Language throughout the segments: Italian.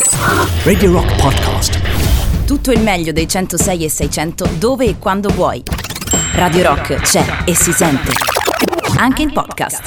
Radio Rock Podcast. Tutto il meglio dei 106 e 600 dove e quando vuoi. Radio Rock c'è e si sente. Anche in podcast.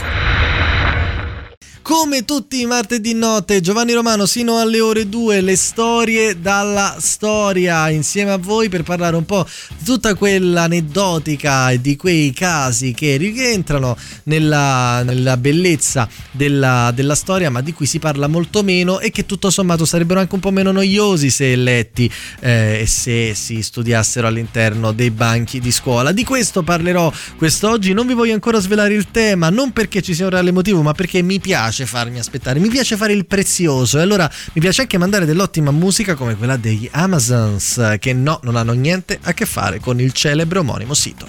Come tutti i martedì notte, Giovanni Romano sino alle ore 2, le storie dalla storia, insieme a voi per parlare un po' di tutta quella aneddotica e di quei casi che rientrano nella bellezza della storia, ma di cui si parla molto meno e che tutto sommato sarebbero anche un po' meno noiosi se letti e se si studiassero all'interno dei banchi di scuola. Di questo parlerò quest'oggi, non vi voglio ancora svelare il tema, non perché ci sia un reale motivo, ma perché mi piace farmi aspettare, mi piace fare il prezioso e allora mi piace anche mandare dell'ottima musica come quella degli Amazons, che non hanno niente a che fare con il celebre omonimo sito.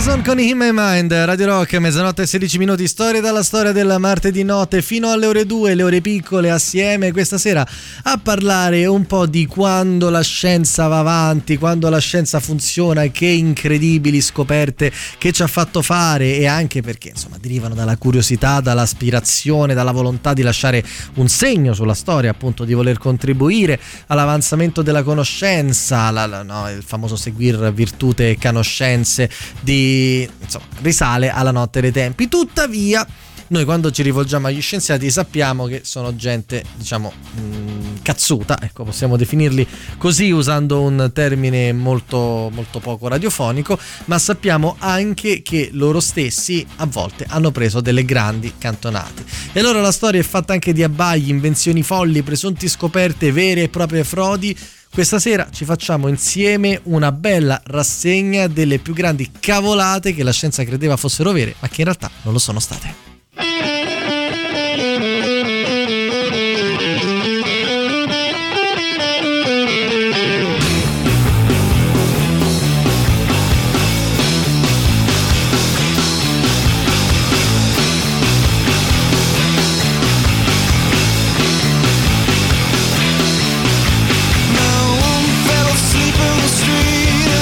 Jason con In My Mind, Radio Rock, mezzanotte e 16 minuti, storia dalla storia del martedì notte fino alle ore 2, le ore piccole assieme questa sera a parlare un po' di quando la scienza va avanti, quando la scienza funziona, che incredibili scoperte che ci ha fatto fare, e anche perché insomma derivano dalla curiosità, dall'aspirazione, dalla volontà di lasciare un segno sulla storia, appunto di voler contribuire all'avanzamento della conoscenza, il famoso seguir virtute e conoscenze insomma, risale alla notte dei tempi. Tuttavia noi quando ci rivolgiamo agli scienziati sappiamo che sono gente, diciamo, cazzuta, ecco, possiamo definirli così usando un termine molto, molto poco radiofonico, ma sappiamo anche che loro stessi a volte hanno preso delle grandi cantonate. E allora la storia è fatta anche di abbagli, invenzioni folli, presunti scoperte, vere e proprie frodi. Questa sera ci facciamo insieme una bella rassegna delle più grandi cavolate che la scienza credeva fossero vere, ma che in realtà non lo sono state.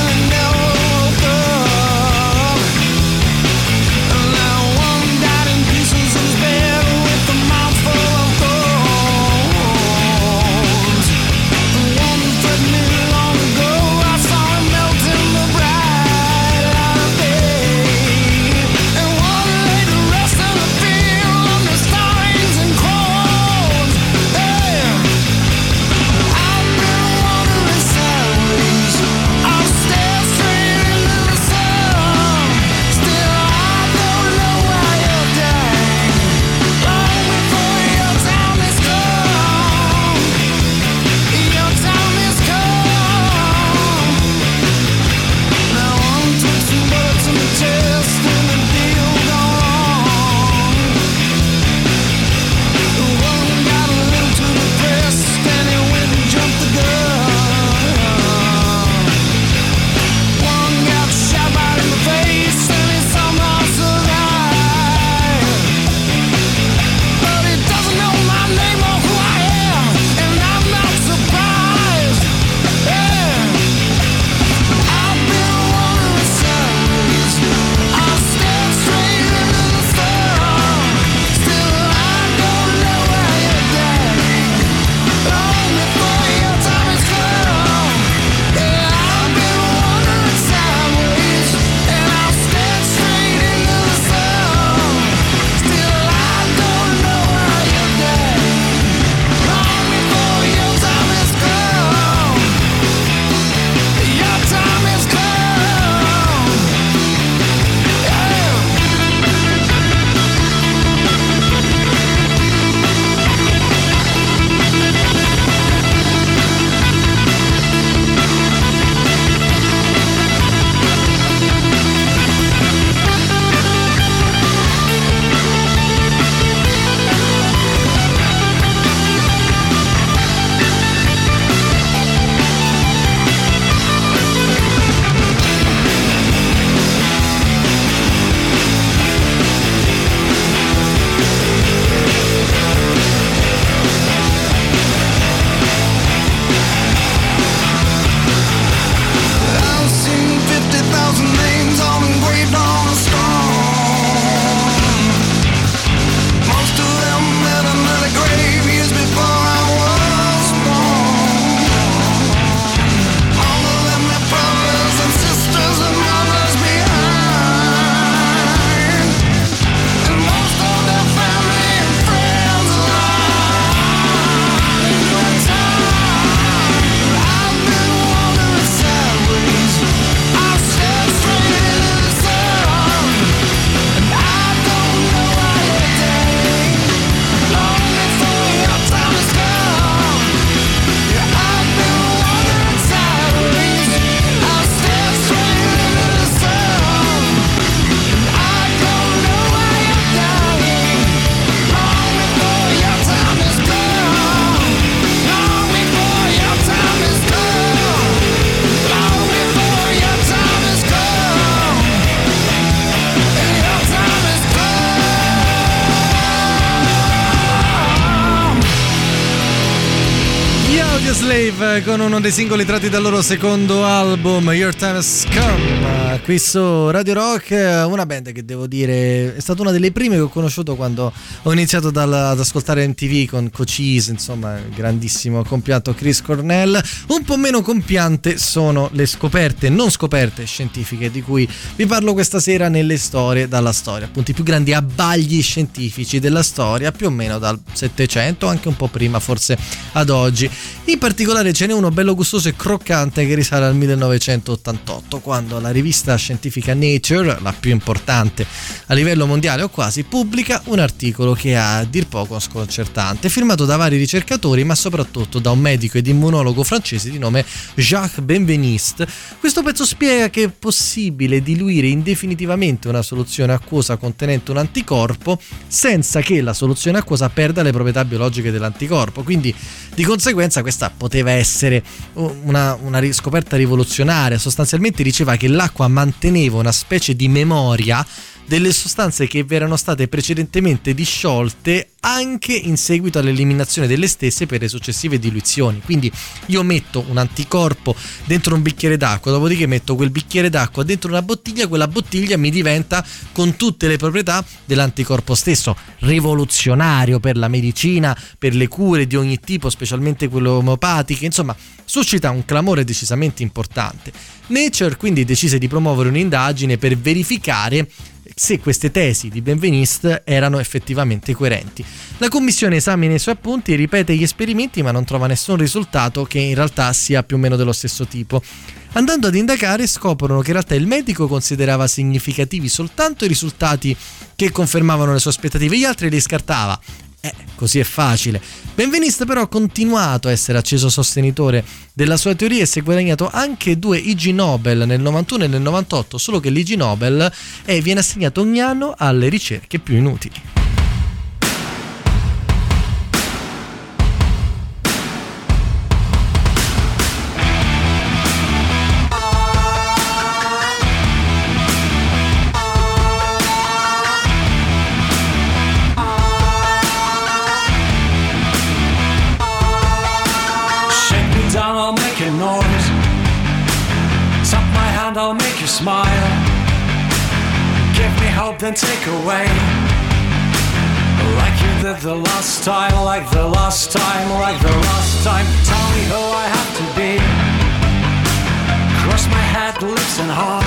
Died in Audioslave con uno dei singoli tratti dal loro secondo album Your Time Has Come, qui su Radio Rock, una band che devo dire è stata una delle prime che ho conosciuto quando ho iniziato ad ascoltare MTV con Cochise, insomma grandissimo compianto Chris Cornell. Un po' meno compiante sono le scoperte, non scoperte scientifiche di cui vi parlo questa sera nelle storie dalla storia, appunto i più grandi abbagli scientifici della storia più o meno dal 700, anche un po' prima forse ad oggi. In particolare ce n'è uno bello gustoso e croccante che risale al 1988, quando la rivista scientifica Nature, la più importante a livello mondiale o quasi, pubblica un articolo che è a dir poco sconcertante, firmato da vari ricercatori ma soprattutto da un medico ed immunologo francese di nome Jacques Benveniste. Questo pezzo spiega che è possibile diluire indefinitivamente una soluzione acquosa contenente un anticorpo senza che la soluzione acquosa perda le proprietà biologiche dell'anticorpo, quindi di conseguenza questa poteva essere una riscoperta rivoluzionaria. Sostanzialmente diceva che l'acqua manteneva una specie di memoria delle sostanze che erano state precedentemente disciolte anche in seguito all'eliminazione delle stesse per le successive diluizioni. Quindi io metto un anticorpo dentro un bicchiere d'acqua, dopodiché metto quel bicchiere d'acqua dentro una bottiglia, quella bottiglia mi diventa con tutte le proprietà dell'anticorpo stesso. Rivoluzionario per la medicina, per le cure di ogni tipo, specialmente quelle omeopatiche, insomma suscita un clamore decisamente importante. Nature quindi decise di promuovere un'indagine per verificare se queste tesi di Benveniste erano effettivamente coerenti. La commissione esamina i suoi appunti e ripete gli esperimenti ma non trova nessun risultato che in realtà sia più o meno dello stesso tipo. Andando ad indagare scoprono che in realtà il medico considerava significativi soltanto i risultati che confermavano le sue aspettative, gli altri li scartava. Così è facile. Benveniste però ha continuato a essere acceso sostenitore della sua teoria e si è guadagnato anche 2 Ig Nobel nel 91 e nel 98, solo che l'Ig Nobel viene assegnato ogni anno alle ricerche più inutili. I'll make you smile. Give me hope, then take away. Like you did the last time, like the last time, like the last time. Tell me who I have to be. Cross my head, lips and heart.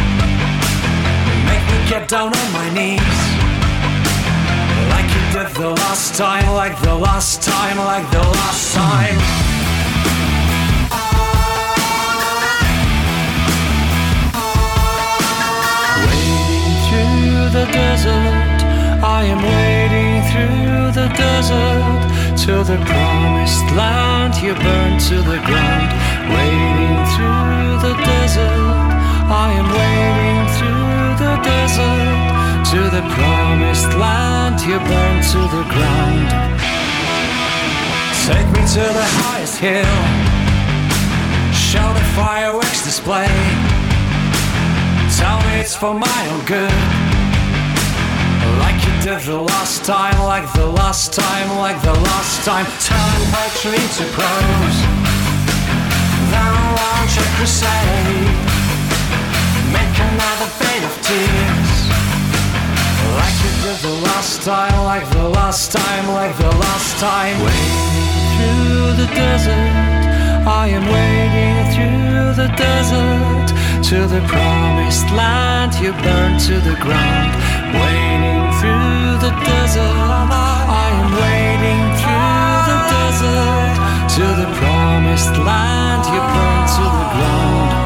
Make me get down on my knees. Like you did the last time, like the last time, like the last time. The desert, I am wading through the desert to the promised land you burned to the ground. Wading through the desert, I am wading through the desert to the promised land you burned to the ground. Take me to the highest hill, show the fireworks display. Tell me it's for my own good. Like you did the last time, like the last time, like the last time. Turn poetry into prose, then launch a crusade. Make another bed of tears. Like you did the last time, like the last time, like the last time. Wading through the desert, I am wading through the desert to the promised land you burned to the ground. Wading through the desert, I am wading through the desert to the promised land you burned to the ground.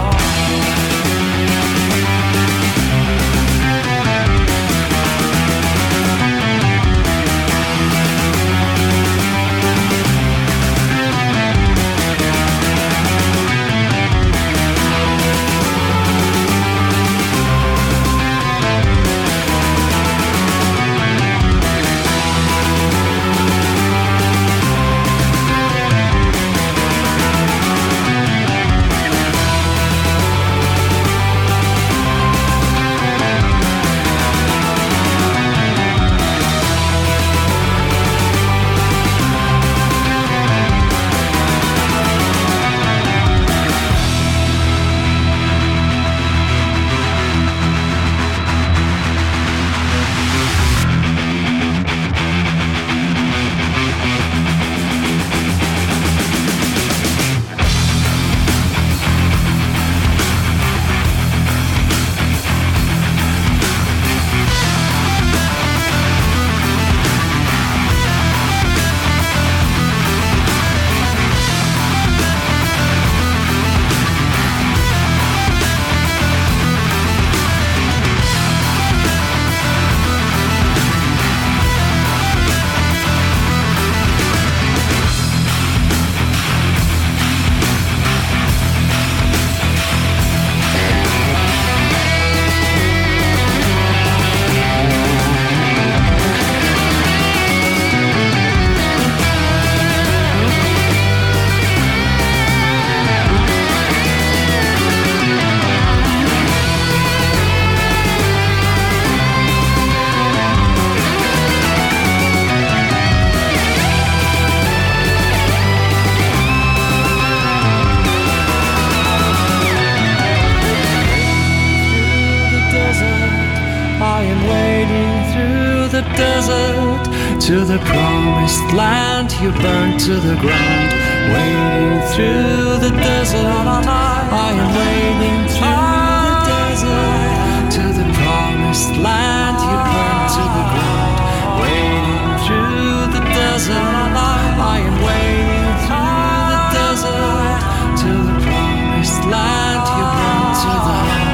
to the promised land. You burned to the ground, wading through the desert. I am wading through the desert to the promised land. You burned to the ground, wading through the desert. I am wading through the desert to the promised land. You burned to the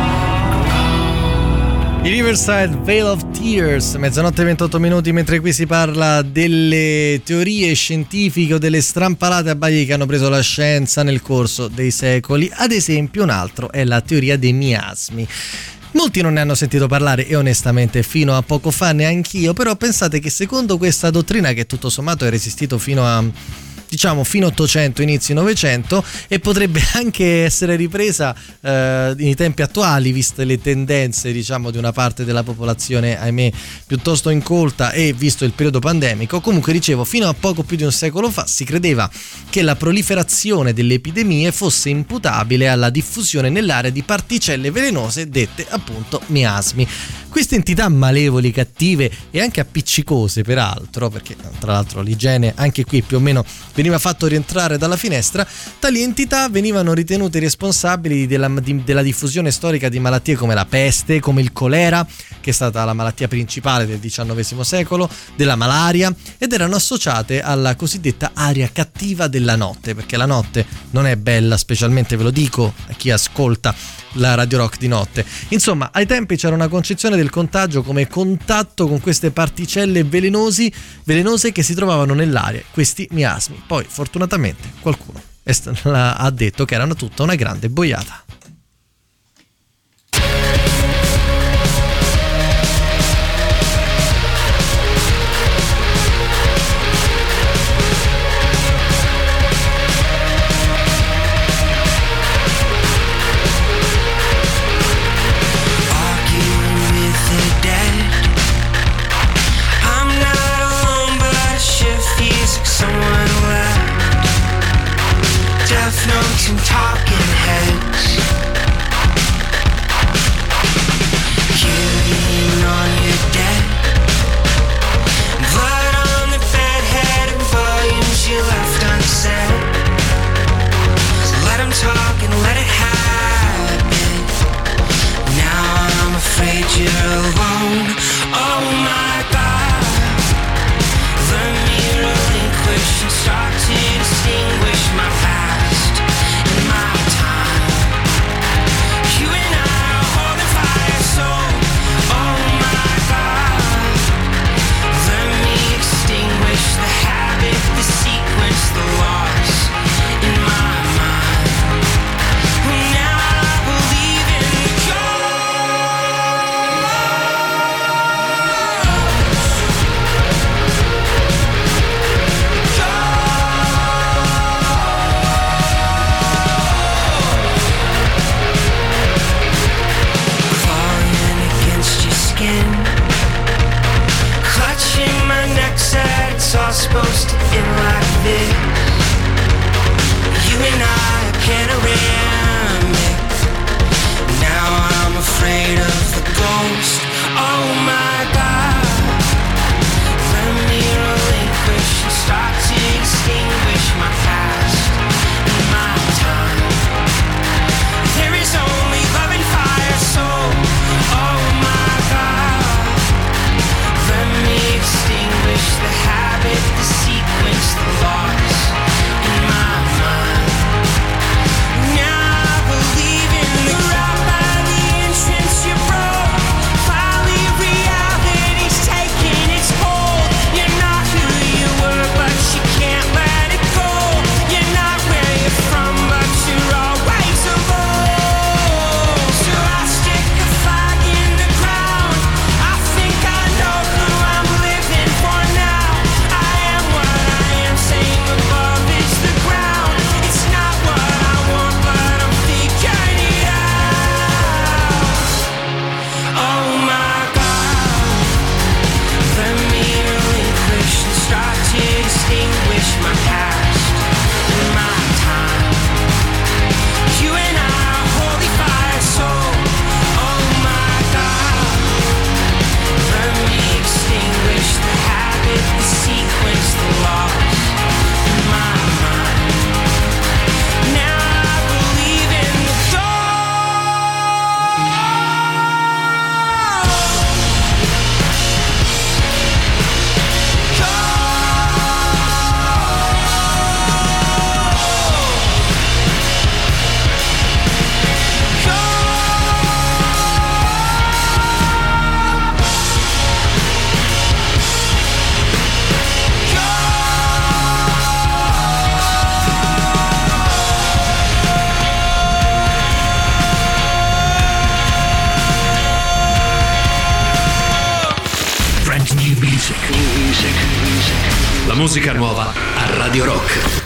I Riverside Veil of Tears, mezzanotte 28 minuti, mentre qui si parla delle teorie scientifiche o delle strampalate a bagli che hanno preso la scienza nel corso dei secoli. Ad esempio, un altro è la teoria dei miasmi. Molti non ne hanno sentito parlare e onestamente fino a poco fa neanch'io, però pensate che secondo questa dottrina, che tutto sommato è resistito fino a fino 800, inizi 900, e potrebbe anche essere ripresa nei tempi attuali, viste le tendenze di una parte della popolazione, ahimè, piuttosto incolta, e visto il periodo pandemico. Comunque, dicevo, fino a poco più di un secolo fa si credeva che la proliferazione delle epidemie fosse imputabile alla diffusione nell'aria di particelle velenose dette appunto miasmi. Queste entità malevoli, cattive e anche appiccicose, peraltro, perché tra l'altro l'igiene anche qui più o meno veniva fatto rientrare dalla finestra, tali entità venivano ritenute responsabili della diffusione storica di malattie come la peste, come il colera, che è stata la malattia principale del XIX secolo, della malaria, ed erano associate alla cosiddetta aria cattiva della notte, perché la notte non è bella, specialmente, ve lo dico a chi ascolta la Radio Rock di notte. Insomma, ai tempi c'era una concezione del contagio come contatto con queste particelle velenose che si trovavano nell'aria, questi miasmi. Poi fortunatamente qualcuno ha detto che erano tutta una grande boiata. Notes and talking heads, killing on your dead, blood on the bedhead and volumes you left unsaid. So let them talk and let it happen. Now I'm afraid you're alone. Oh my God, let me relinquish and start to distinguish my past. ground. La musica nuova a Radio Rock.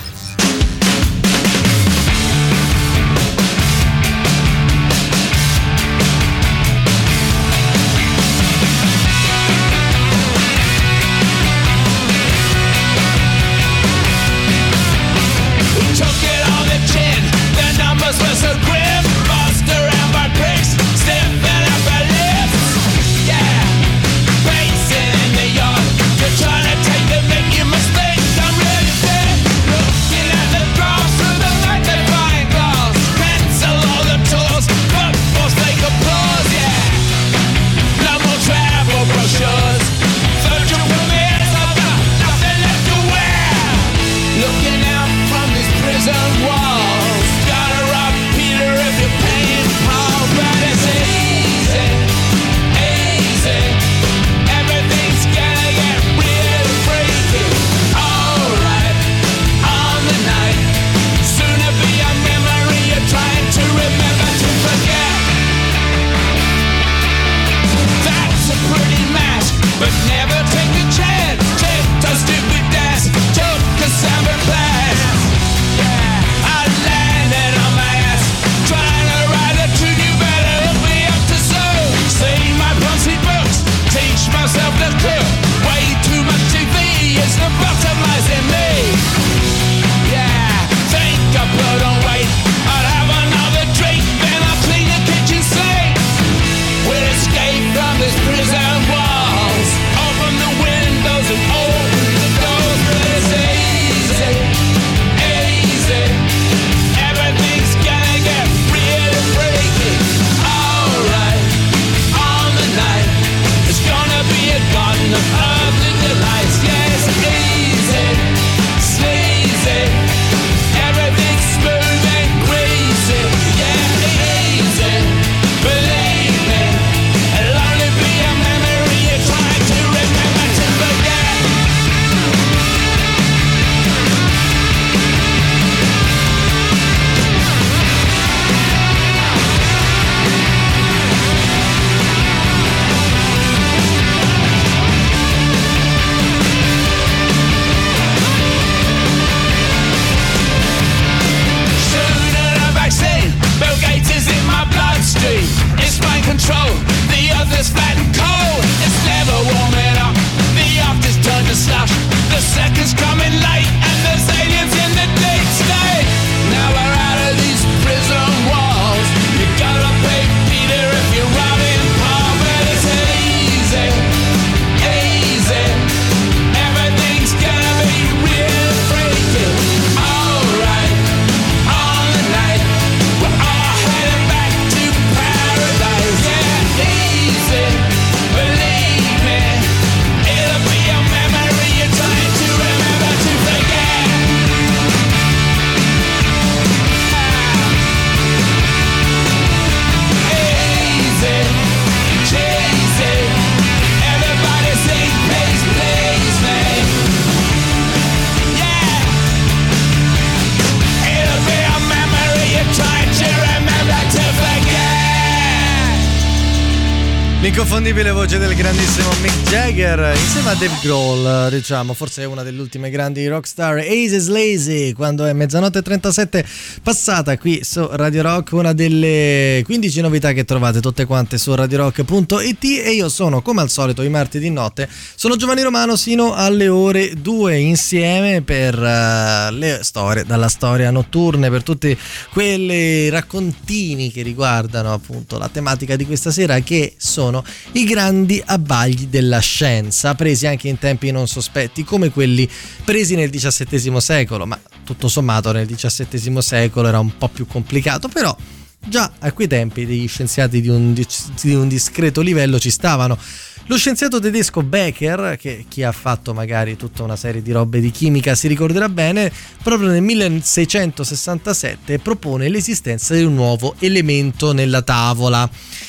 L'inconfondibile voce del grandissimo Mick Jagger insieme a Dave Grohl, diciamo, forse è una delle ultime grandi rockstar. Ace is Lazy, quando è 00:37 passata qui su Radio Rock, una delle 15 novità che trovate tutte quante su radiorock.it. e io sono, come al solito, i martedì notte, sono Giovanni Romano sino alle ore 2 insieme per le storie dalla storia notturne, per tutti quelli raccontini che riguardano appunto la tematica di questa sera, che sono i grandi abbagli della scienza, presi anche in tempi non sospetti come quelli presi nel XVII secolo, ma tutto sommato nel XVII secolo era un po' più complicato, però già a quei tempi degli scienziati di un discreto livello ci stavano. Lo scienziato tedesco Becker, che chi ha fatto magari tutta una serie di robe di chimica si ricorderà bene, proprio nel 1667 propone l'esistenza di un nuovo elemento nella tavola,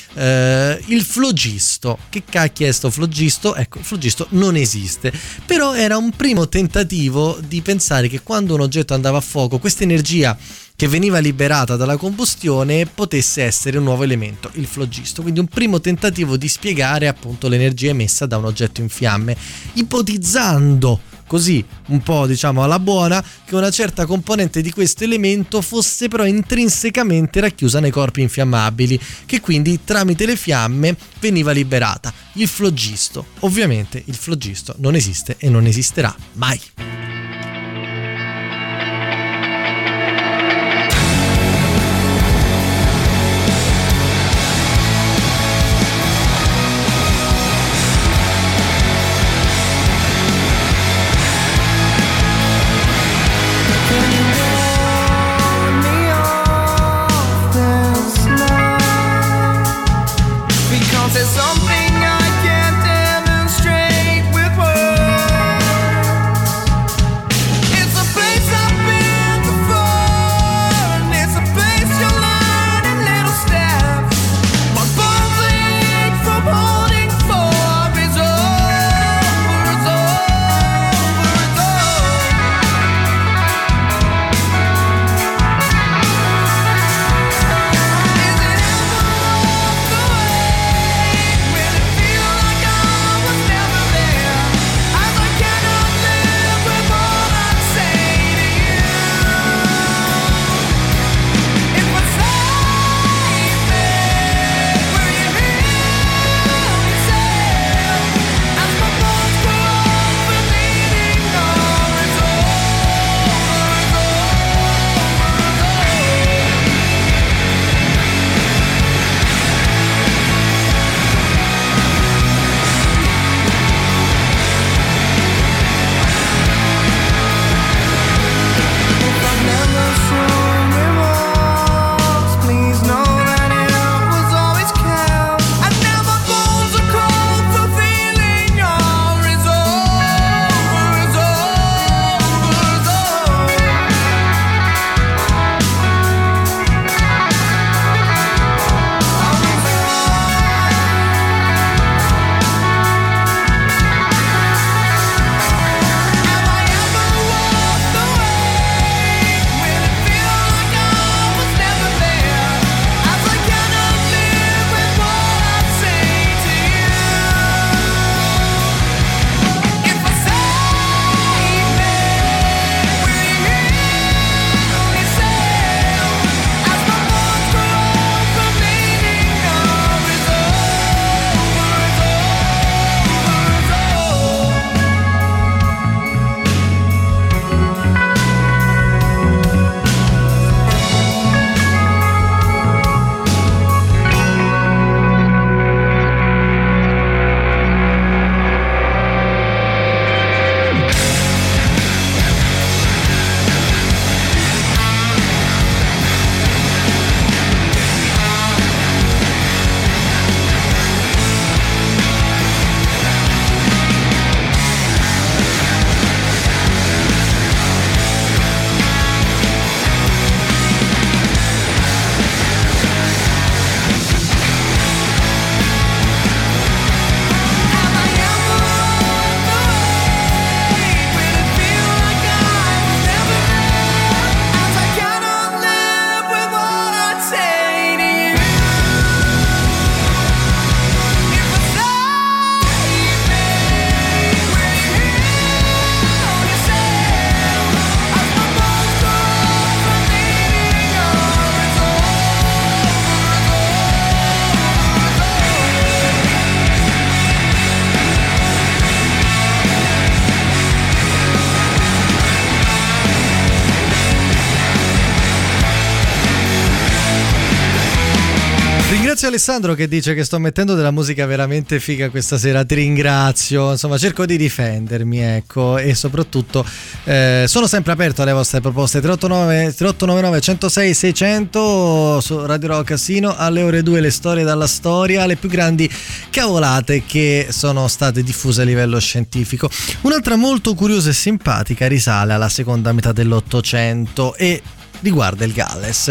il flogisto. Che cacchio è sto flogisto? Ecco, il flogisto non esiste, però era un primo tentativo di pensare che quando un oggetto andava a fuoco, questa energia che veniva liberata dalla combustione potesse essere un nuovo elemento, il flogisto. Quindi un primo tentativo di spiegare appunto l'energia emessa da un oggetto in fiamme, ipotizzando così un po' diciamo alla buona che una certa componente di questo elemento fosse però intrinsecamente racchiusa nei corpi infiammabili, che quindi tramite le fiamme veniva liberata. Il flogisto. Ovviamente il flogisto non esiste e non esisterà mai. There's something I can't demonstrate with words. Ringrazio Alessandro che dice che sto mettendo della musica veramente figa questa sera, ti ringrazio, insomma cerco di difendermi, ecco, e soprattutto sono sempre aperto alle vostre proposte. 3899 106 600 su Radio Rock sino alle ore 2, le storie dalla storia, le più grandi cavolate che sono state diffuse a livello scientifico. Un'altra molto curiosa e simpatica risale alla seconda metà dell'Ottocento e riguarda il Galles.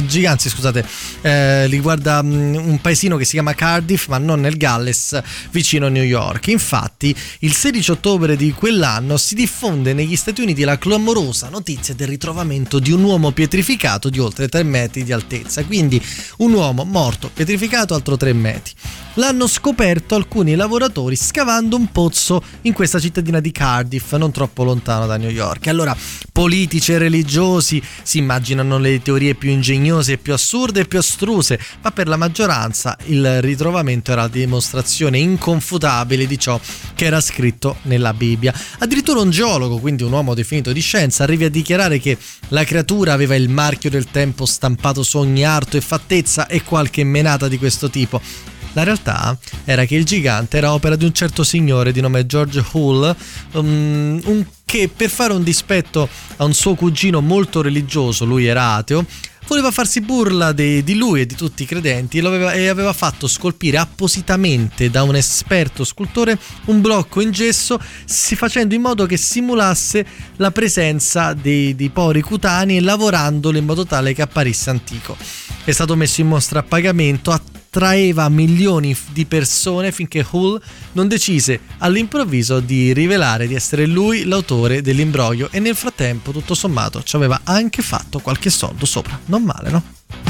Riguarda un paesino che si chiama Cardiff, ma non nel Galles, vicino a New York. Infatti, il 16 ottobre di quell'anno si diffonde negli Stati Uniti la clamorosa notizia del ritrovamento di un uomo pietrificato di oltre 3 metri di altezza. Quindi un uomo morto, pietrificato, altro 3 metri. L'hanno scoperto alcuni lavoratori scavando un pozzo in questa cittadina di Cardiff, non troppo lontano da New York. Allora, politici e religiosi si immaginano le teorie più ingegnose e più assurde e più astruse, ma per la maggioranza il ritrovamento era la dimostrazione inconfutabile di ciò che era scritto nella Bibbia. Addirittura un geologo, quindi un uomo definito di scienza, arriva a dichiarare che la creatura aveva il marchio del tempo stampato su ogni arto e fattezza e qualche menata di questo tipo. La realtà era che il gigante era opera di un certo signore di nome George Hull, che per fare un dispetto a un suo cugino molto religioso, lui era ateo, voleva farsi burla di lui e di tutti i credenti e aveva fatto scolpire appositamente da un esperto scultore un blocco in gesso, facendo in modo che simulasse la presenza di pori cutanei, lavorandolo in modo tale che apparisse antico. È stato messo in mostra a pagamento, attraeva milioni di persone finché Hull non decise all'improvviso di rivelare di essere lui l'autore dell'imbroglio, e nel frattempo tutto sommato ci aveva anche fatto qualche soldo sopra. Non male, no?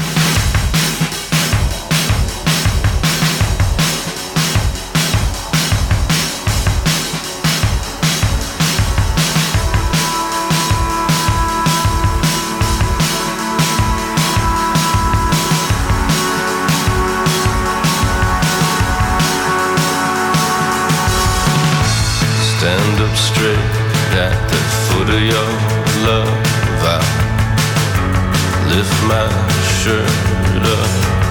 Stand up straight at the foot of your love. I lift my shirt up.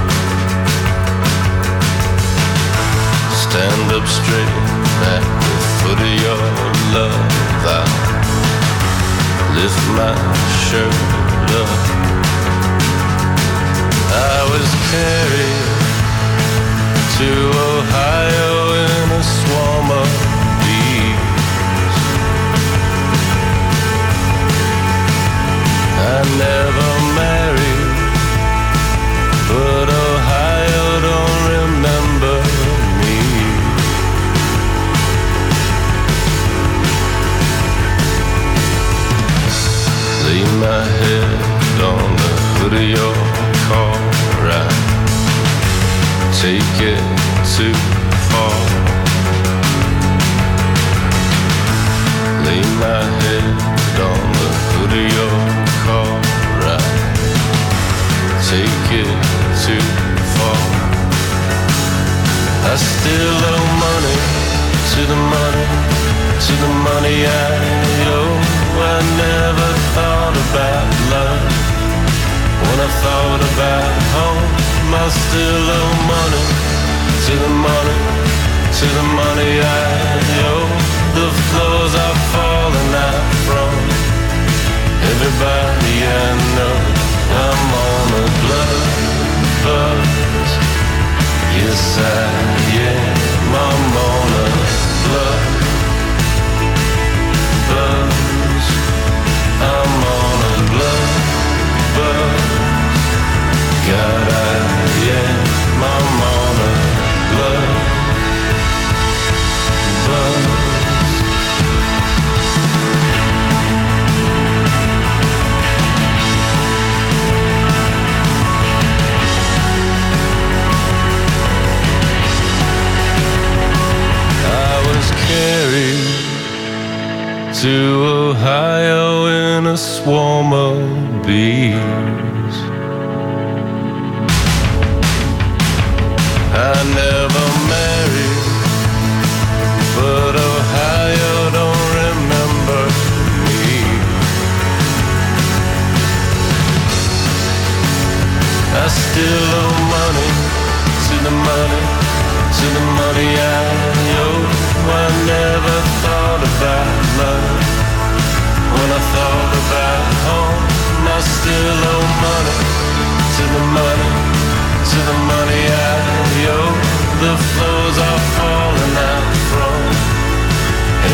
Stand up straight at the foot of your love. I lift my shirt up. I was carried to Ohio in a swarm of I never married, but Ohio don't remember me. Lay my head on the hood of your car, right? Take it too far. Lay my head on the hood of your car, right? Take it too far. I still owe money to the money, to the money I owe. I never thought about love when I thought about home. I still owe money to the money, to the money I owe. The floors are falling out from everybody I know. I'm on a blood buzz. Yes I am. I'm on a blood buzz. I'm on a blood buzz. God I am. I'm on a blood buzz. Carried to Ohio in a swarm of bees. I never married, but Ohio don't remember me. I still owe money to the money, to the money I owe. I never thought about love when I thought about home. I still owe money to the money, to the money I owe. The floors are falling out from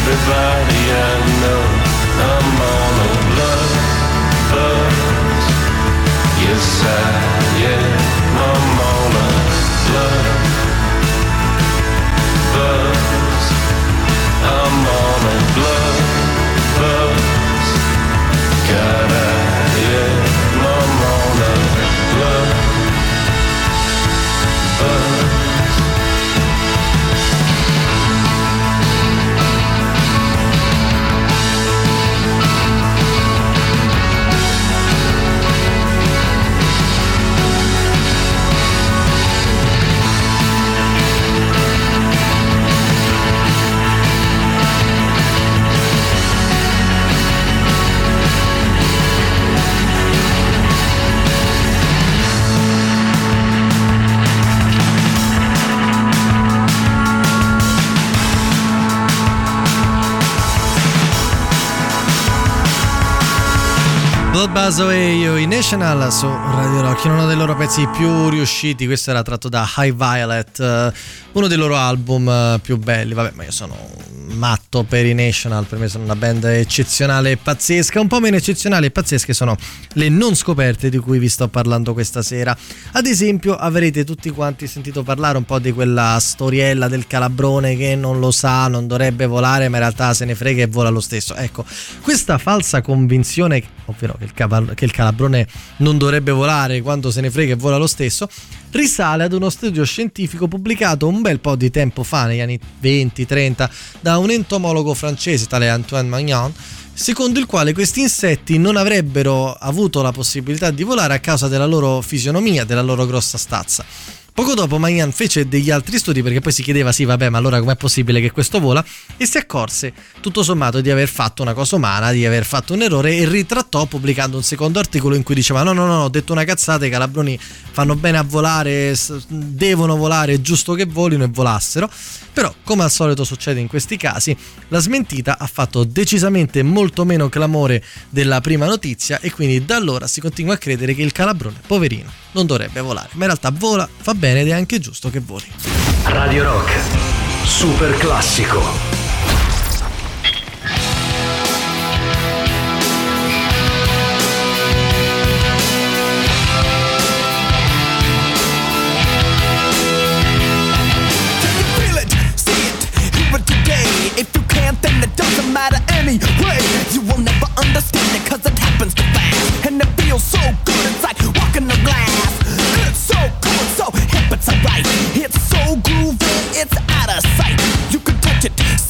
everybody I know. I'm on a blood buzz. Yes, yeah, I'm on a love buzz. I'm on a blood buzz. Gotta, yeah, I'm on a blood buzz. Blood Buzz Away, i National su Radio Rock, in uno dei loro pezzi più riusciti. Questo era tratto da High Violet, uno dei loro album più belli. Vabbè, ma io sono matto per i National, per me sono una band eccezionale e pazzesca. Un po' meno eccezionali e pazzesche sono le non scoperte di cui vi sto parlando questa sera. Ad esempio, avrete tutti quanti sentito parlare un po' di quella storiella del calabrone che non lo sa, non dovrebbe volare, ma in realtà se ne frega e vola lo stesso. Ecco, questa falsa convinzione, ovvero che il calabrone non dovrebbe volare quando se ne frega e vola lo stesso, risale ad uno studio scientifico pubblicato un bel po' di tempo fa, negli anni 20-30, da un entomologo francese, tale Antoine Magnan, secondo il quale questi insetti non avrebbero avuto la possibilità di volare a causa della loro fisionomia, della loro grossa stazza. Poco dopo Magnan fece degli altri studi, perché poi si chiedeva sì vabbè, ma allora com'è possibile che questo vola, e si accorse tutto sommato di aver fatto una cosa umana, di aver fatto un errore, e ritrattò pubblicando un secondo articolo in cui diceva no, ho detto una cazzata, i calabroni fanno bene a volare, devono volare, è giusto che volino, e volassero. Però, come al solito succede in questi casi, la smentita ha fatto decisamente molto meno clamore della prima notizia, e quindi da allora si continua a credere che il calabrone, poverino, non dovrebbe volare, ma in realtà vola, fa bene ed è anche giusto che voli. Radio Rock, super classico. If you can't, then it doesn't matter anyway. You will never understand it, cause it happens too fast. And it feels so good, it's like walking the glass. It's so cool, it's so hip, it's alright. It's so groovy, it's out of sight. You can touch it,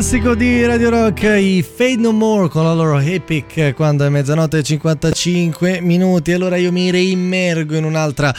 classico di Radio Rock, i Fade No More con la loro Epic, quando è mezzanotte e 55 minuti. Allora io mi reimmergo in un'altra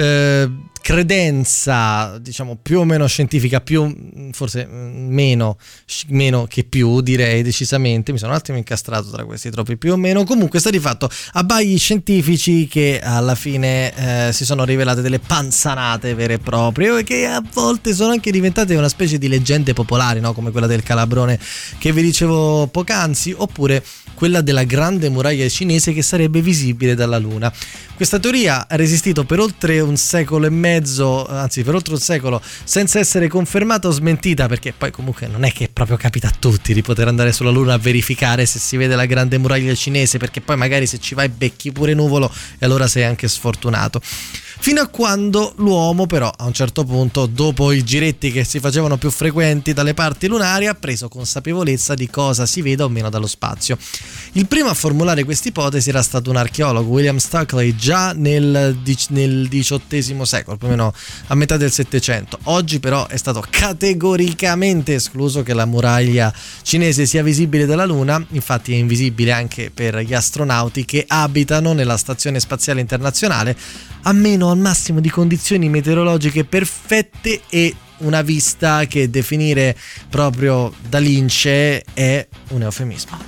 credenza, diciamo più o meno scientifica, forse meno che più, direi decisamente. Mi sono un attimo incastrato tra questi troppi più o meno. Comunque sta di fatto abbagli scientifici che alla fine si sono rivelate delle panzanate vere e proprie, e che a volte sono anche diventate una specie di leggende popolari, no? Come quella del calabrone che vi dicevo poc'anzi, oppure quella della grande muraglia cinese che sarebbe visibile dalla Luna. Questa teoria ha resistito per oltre un secolo e mezzo, anzi per oltre un secolo, senza essere confermata o smentita, perché poi comunque non è che proprio capita a tutti di poter andare sulla Luna a verificare se si vede la grande muraglia cinese, perché poi magari se ci vai becchi pure nuvolo e allora sei anche sfortunato. Fino a quando l'uomo però a un certo punto, dopo i giretti che si facevano più frequenti dalle parti lunari, ha preso consapevolezza di cosa si veda o meno dallo spazio. Il primo a formulare questa ipotesi era stato un archeologo, William Stukeley, già nel XVIII secolo, più o meno a metà del Settecento. Oggi però è stato categoricamente escluso che la muraglia cinese sia visibile dalla Luna. Infatti è invisibile anche per gli astronauti che abitano nella Stazione Spaziale Internazionale, a meno al massimo di condizioni meteorologiche perfette e una vista che definire proprio da lince è un eufemismo.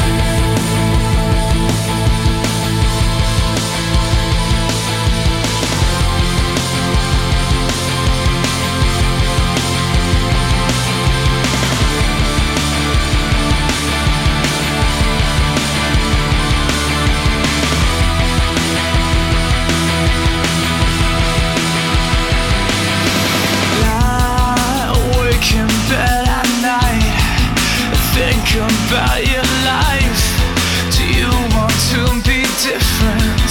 About your life, do you want to be different?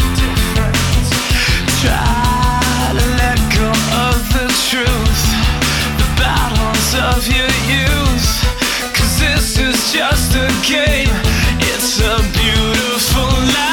Try to let go of the truth, the battles of your youth, 'cause this is just a game, it's a beautiful life.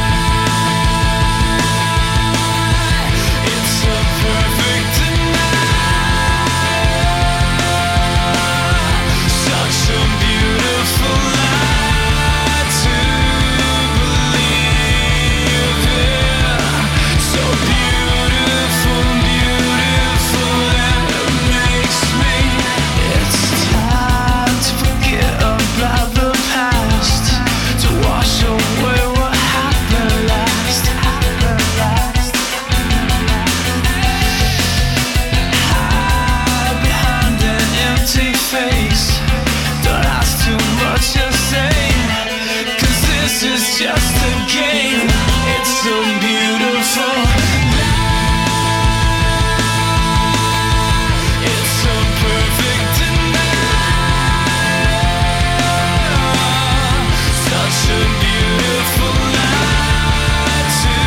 It's just a game, it's so beautiful life. It's so perfect tonight. Such a beautiful life to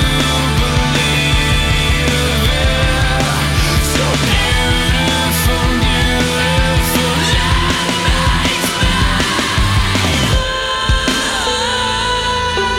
believe in. So beautiful, beautiful life makes me.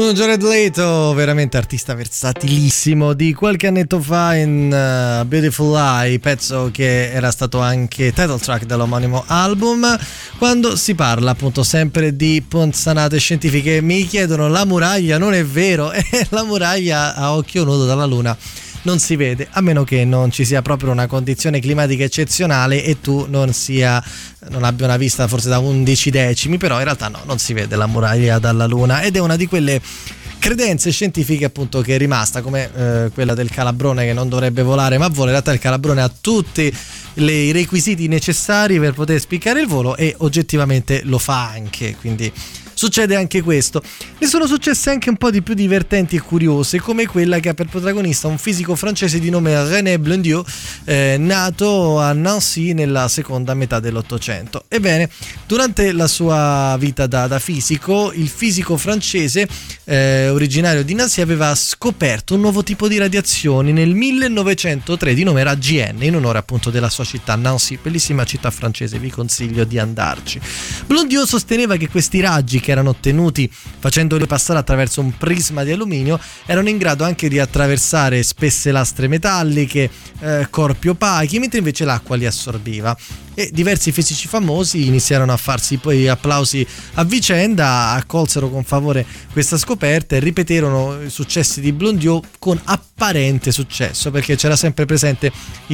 Con Jared Leto, veramente artista versatilissimo, di qualche annetto fa in Beautiful Lie, pezzo che era stato anche title track dell'omonimo album. Quando si parla appunto sempre di punzanate scientifiche, mi chiedono la muraglia, non è vero, la muraglia a occhio nudo dalla Luna non si vede, a meno che non ci sia proprio una condizione climatica eccezionale e tu non abbia una vista forse da 11 decimi, però in realtà no, non si vede la muraglia dalla Luna, ed è una di quelle credenze scientifiche appunto che è rimasta, come quella del calabrone che non dovrebbe volare ma vola. In realtà il calabrone ha tutti i requisiti necessari per poter spiccare il volo e oggettivamente lo fa anche, quindi succede anche questo. Ne sono successe anche un po' di più divertenti e curiose, come quella che ha per protagonista un fisico francese di nome René Blondiot, nato a Nancy nella seconda metà dell'Ottocento. Ebbene, durante la sua vita da fisico, il fisico francese originario di Nancy aveva scoperto un nuovo tipo di radiazioni nel 1903 di nome RGN, in onore appunto della sua città Nancy, bellissima città francese, vi consiglio di andarci. Blondiot sosteneva che questi raggi, che erano ottenuti facendoli passare attraverso un prisma di alluminio, erano in grado anche di attraversare spesse lastre metalliche, corpi opachi, mentre invece l'acqua li assorbiva. E diversi fisici famosi iniziarono a farsi poi applausi a vicenda, accolsero con favore questa scoperta e ripeterono i successi di Blondiot con apparente successo, perché c'era sempre presente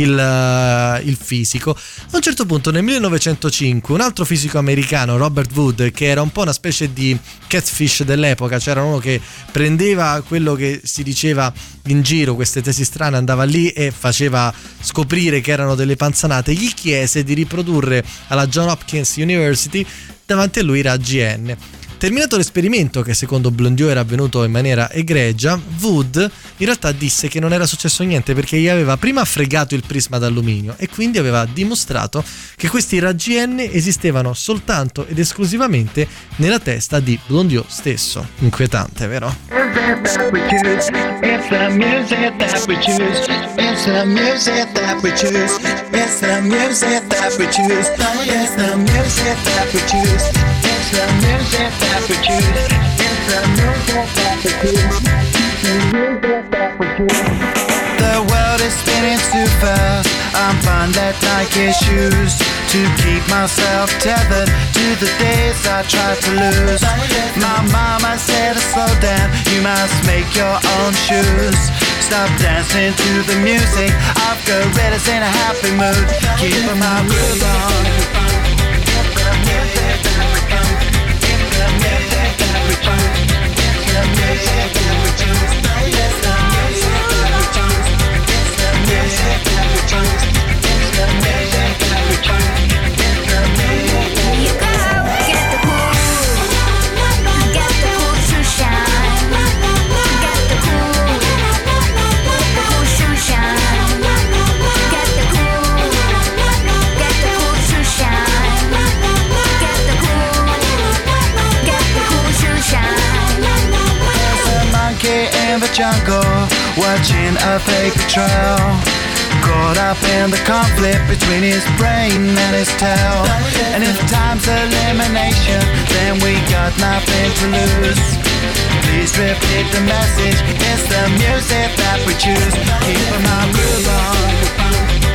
il fisico. A un certo punto nel 1905 un altro fisico americano, Robert Wood, che era un po' una specie di catfish dell'epoca, c'era uno che prendeva quello che si diceva in giro, queste tesi strane, andava lì e faceva scoprire che erano delle panzanate, gli chiese di riprodurre alla Johns Hopkins University davanti a lui raggi N. Terminato l'esperimento, che secondo Blondiot era avvenuto in maniera egregia, Wood in realtà disse che non era successo niente perché gli aveva prima fregato il prisma d'alluminio e quindi aveva dimostrato che questi raggi N esistevano soltanto ed esclusivamente nella testa di Blondiot stesso. Inquietante, vero? The world is spinning too fast. I'm fine that Nike shoes to keep myself tethered to the days I tried to lose. My mama said, slow down, you must make your own shoes. Stop dancing to the music. I've got gorillas in a happy mood. Keeping my groove on. In the jungle, watching a fake trail, caught up in the conflict between his brain and his tail. And if time's elimination, then we got nothing to lose. Please repeat the message, it's the music that we choose. Keep my groove on.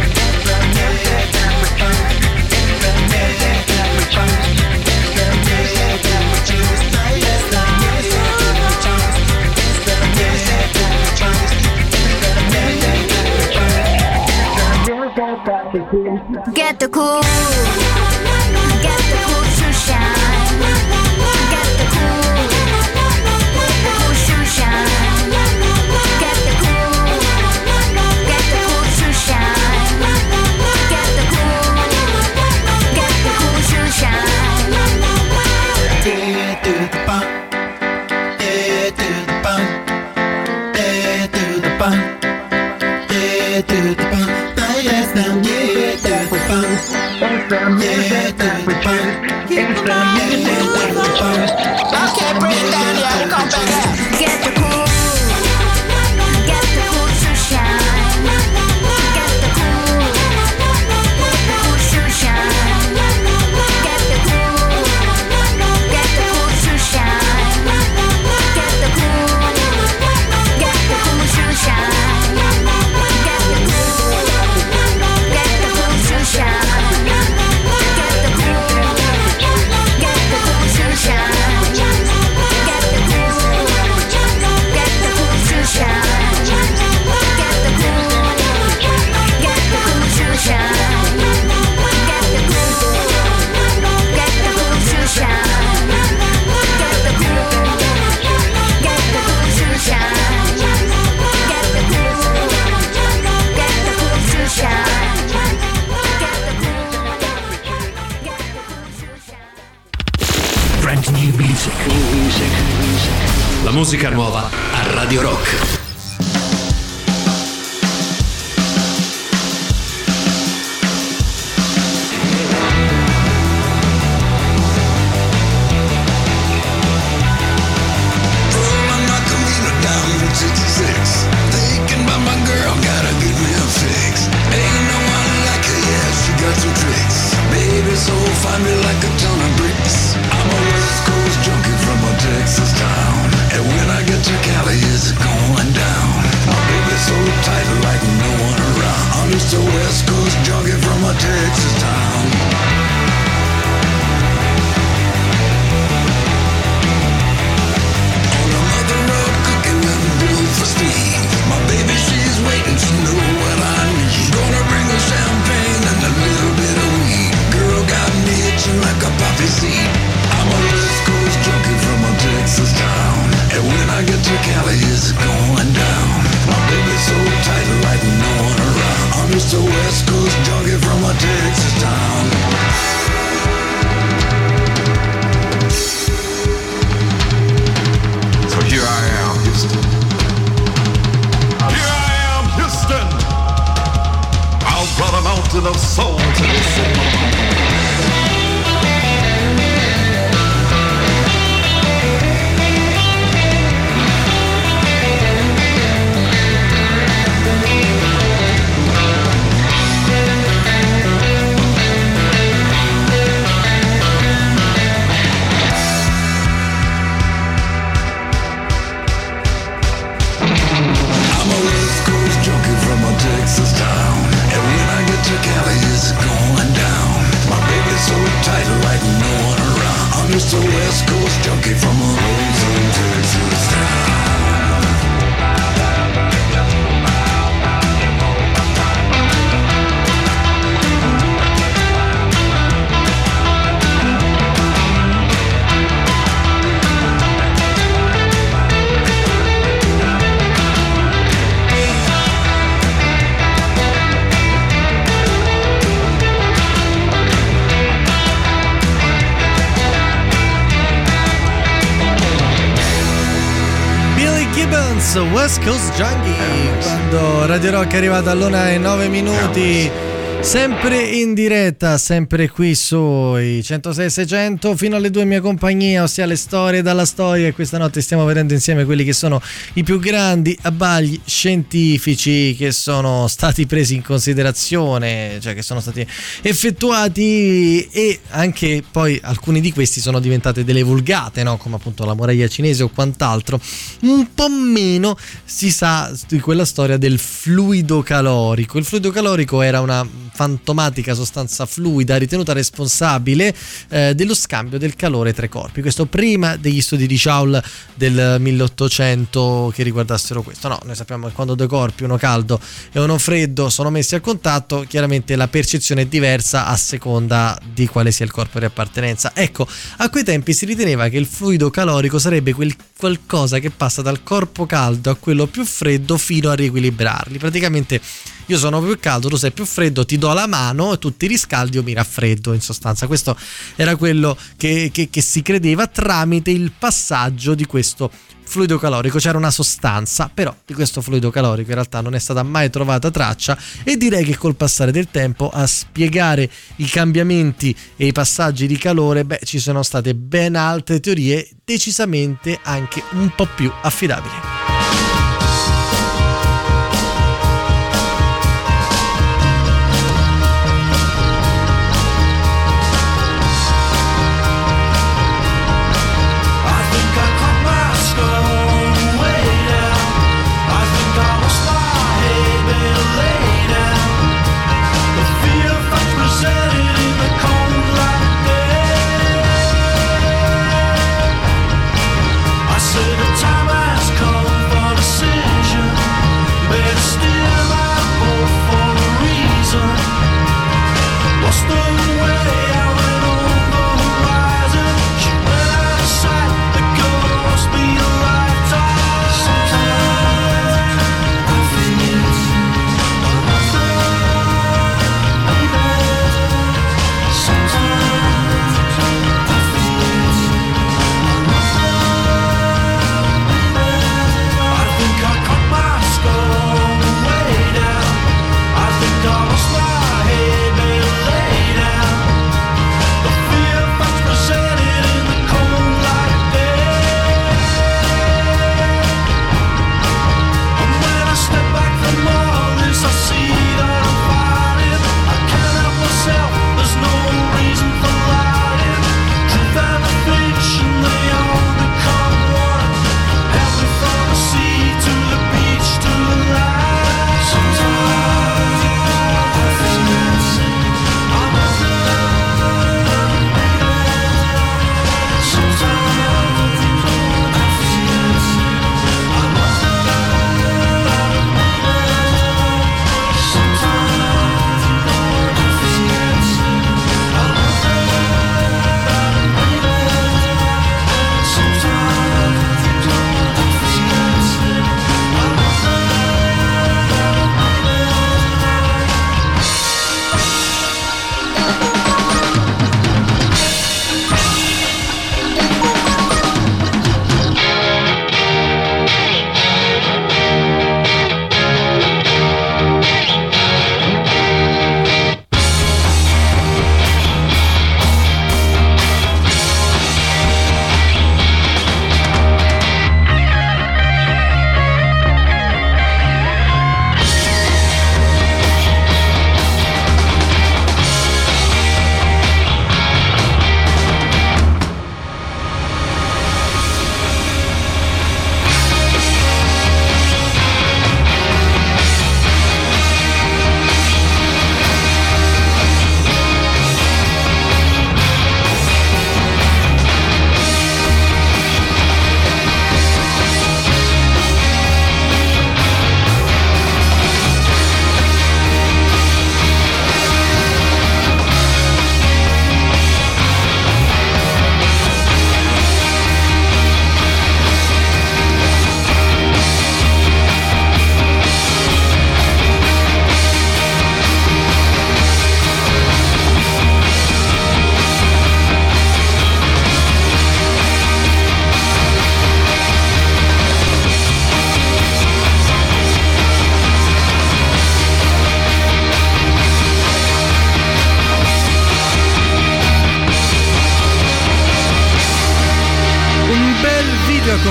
Get the cool, get the cool to shine. Get the cool to shine. Get the cool to shine. Get the cool to shine. Do the bump, do the bump, do the bump, do the bump. Yes, now yeah, do the bump. Yeah, do the bump. It's the music. Okay, bring it down, yeah, come back out. Get the cool, get the cool to shine. Get the cool to shine. Get the cool to shine. Get the cool La musica nuova a Radio Rock. Thinking about my girl, gotta get me a fix. Ain't no one like her, yeah, she got some tricks. Baby, so find me like a ton of bricks. I'm a West Coast junkie from a Texas town, and when I get to Cali, it's going down. My baby's so tight like no one around. I'm just a West Coast junkie from a Texas town. For Steve, my baby, she's waiting to know what I need. Gonna bring her champagne and a little bit of weed. Girl got me itching like a poppy seed. I'm a West Coast junkie from a Texas town, and when I get to Cali, it's going down. My baby's so tight like no one around. I'm just a West Coast junkie from a Texas town. So here I am, Houston. I'll brought a mountain of soul to the sea. Texas town, and when I get to Cali, it's going down. My baby's so tight like no one around. I'm just a West Coast junkie from a lonesome Texas town. West Coast Junkie, quando Radio Rock è arrivata all'1:09, sempre in diretta, sempre qui sui 106-600 fino alle 2 in mia compagnia, ossia le storie dalla storia, e questa notte stiamo vedendo insieme quelli che sono i più grandi abbagli scientifici che sono stati presi in considerazione, cioè che sono stati effettuati, e anche poi alcuni di questi sono diventate delle vulgate, no? Come appunto la muraglia cinese o quant'altro. Un po' meno si sa di quella storia del fluido calorico. Il fluido calorico era una fantomatica sostanza fluida ritenuta responsabile dello scambio del calore tra i corpi. Questo prima degli studi di Joule del 1800 che riguardassero questo. No, noi sappiamo che quando due corpi, uno caldo e uno freddo, sono messi a contatto, chiaramente la percezione è diversa a seconda di quale sia il corpo di appartenenza. Ecco, a quei tempi si riteneva che il fluido calorico sarebbe quel qualcosa che passa dal corpo caldo a quello più freddo fino a riequilibrarli. Praticamente io sono più caldo, tu sei più freddo, ti do la mano e tu ti riscaldi, io mi raffreddo. In sostanza questo era quello che si credeva tramite il passaggio di questo fluido calorico. C'era una sostanza, però di questo fluido calorico in realtà non è stata mai trovata traccia, e direi che col passare del tempo a spiegare i cambiamenti e i passaggi di calore, ci sono state ben altre teorie, decisamente anche un po' più affidabili. Time has come.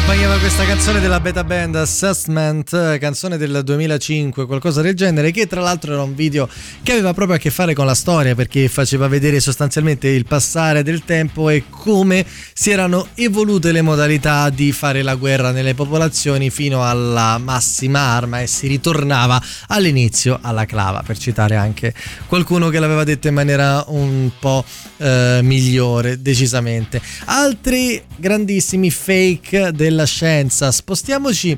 accompagnava questa canzone della Beta Band, Assessment, canzone del 2005, qualcosa del genere, che tra l'altro era un video che aveva proprio a che fare con la storia, perché faceva vedere sostanzialmente il passare del tempo e come si erano evolute le modalità di fare la guerra nelle popolazioni fino alla massima arma, e si ritornava all'inizio alla clava, per citare anche qualcuno che l'aveva detto in maniera un po' migliore, decisamente. Altri grandissimi fake della scienza. Spostiamoci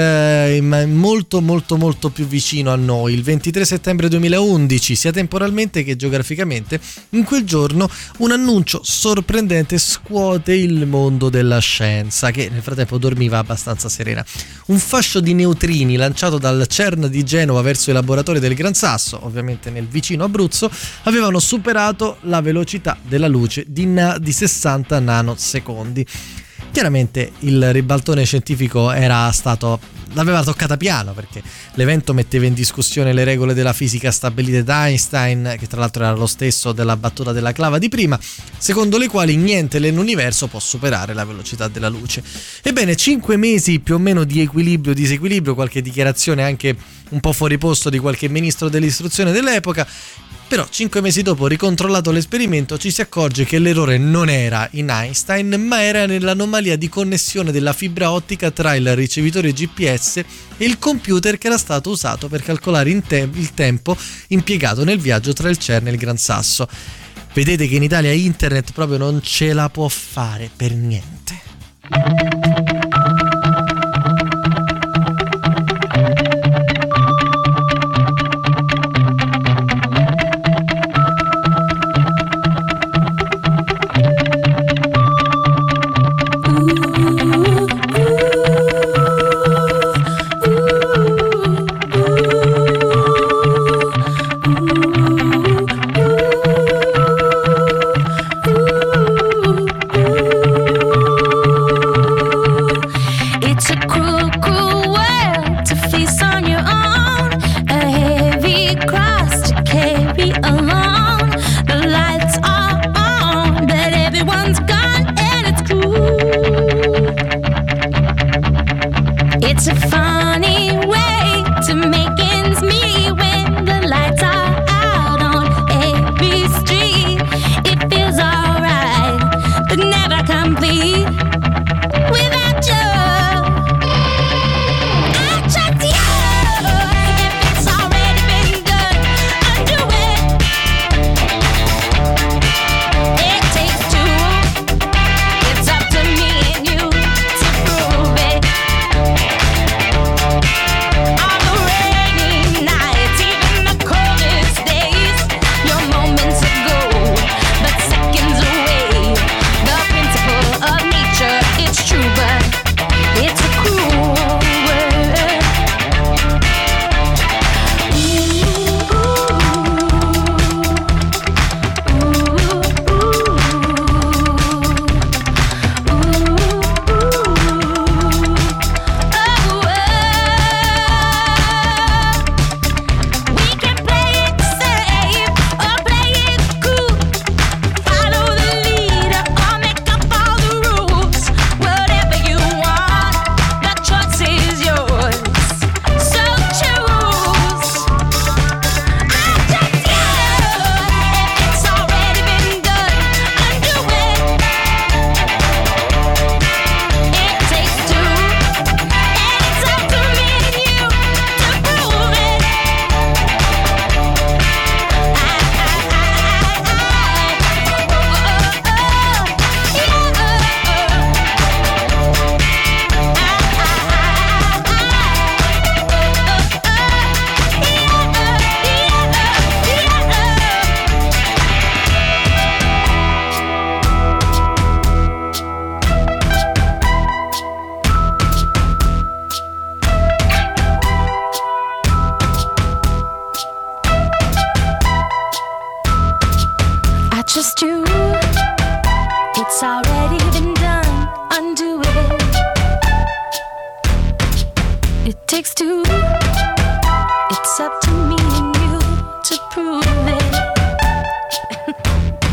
molto molto molto più vicino a noi. Il 23 settembre 2011, sia temporalmente che geograficamente, in quel giorno un annuncio sorprendente scuote il mondo della scienza, che nel frattempo dormiva abbastanza serena. Un fascio di neutrini lanciato dal CERN di Genova verso i laboratori del Gran Sasso, ovviamente nel vicino Abruzzo, avevano superato la velocità della luce di 60 nanosecondi. Chiaramente il ribaltone scientifico l'aveva toccata piano, perché l'evento metteva in discussione le regole della fisica stabilite da Einstein, che tra l'altro era lo stesso della battuta della clava di prima, secondo le quali niente nell'universo può superare la velocità della luce. Ebbene, 5 mesi più o meno di equilibrio, disequilibrio, qualche dichiarazione anche un po' fuori posto di qualche ministro dell'istruzione dell'epoca. Però 5 mesi dopo, ricontrollato l'esperimento, ci si accorge che l'errore non era in Einstein, ma era nell'anomalia di connessione della fibra ottica tra il ricevitore GPS e il computer che era stato usato per calcolare il tempo impiegato nel viaggio tra il CERN e il Gran Sasso. Vedete che in Italia internet proprio non ce la può fare per niente.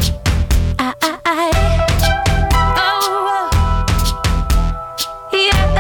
Yeah.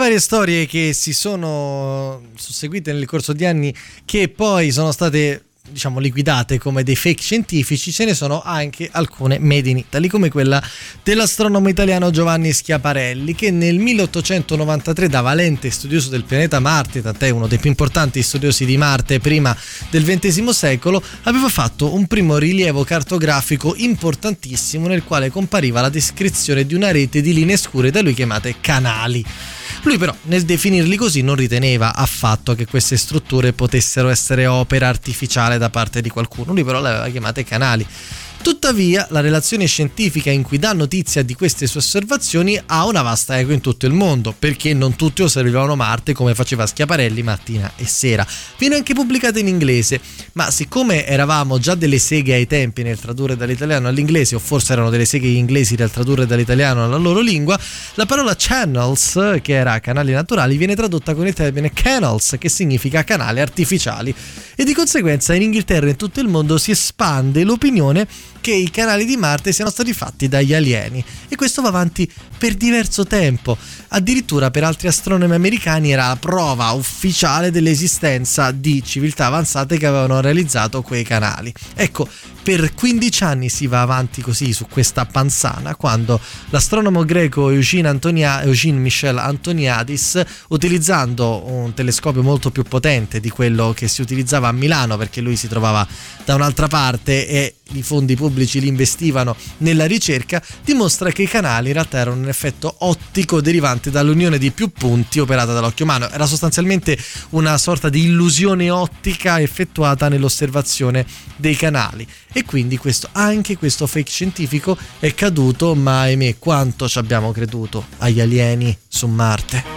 varie storie che si sono susseguite nel corso di anni, che poi sono state, diciamo, liquidate come dei fake scientifici, ce ne sono anche alcune made in Italy, come quella dell'astronomo italiano Giovanni Schiaparelli, che nel 1893, da valente studioso del pianeta Marte, tant'è uno dei più importanti studiosi di Marte prima del XX secolo, aveva fatto un primo rilievo cartografico importantissimo nel quale compariva la descrizione di una rete di linee scure da lui chiamate canali. Lui però, nel definirli così, non riteneva affatto che queste strutture potessero essere opera artificiale da parte di qualcuno, lui però le aveva chiamate canali. Tuttavia, la relazione scientifica in cui dà notizia di queste sue osservazioni ha una vasta eco in tutto il mondo, perché non tutti osservavano Marte come faceva Schiaparelli mattina e sera. Viene anche pubblicata in inglese, ma siccome eravamo già delle seghe ai tempi nel tradurre dall'italiano all'inglese, o forse erano delle seghe inglesi nel tradurre dall'italiano alla loro lingua, la parola channels, che era canali naturali, viene tradotta con il termine canals, che significa canali artificiali, e di conseguenza in Inghilterra e in tutto il mondo si espande l'opinione che i canali di Marte siano stati fatti dagli alieni, e questo va avanti per diverso tempo. Addirittura per altri astronomi americani era la prova ufficiale dell'esistenza di civiltà avanzate che avevano realizzato quei canali. Ecco, per 15 anni si va avanti così su questa panzana, quando l'astronomo greco Eugene Michel Antoniadis, utilizzando un telescopio molto più potente di quello che si utilizzava a Milano, perché lui si trovava da un'altra parte e i fondi pubblici li investivano nella ricerca, dimostra che i canali in realtà erano un effetto ottico derivante dall'unione di più punti operata dall'occhio umano. Era sostanzialmente una sorta di illusione ottica effettuata nell'osservazione dei canali, e quindi anche questo fake scientifico è caduto, ma ahimè quanto ci abbiamo creduto agli alieni su Marte.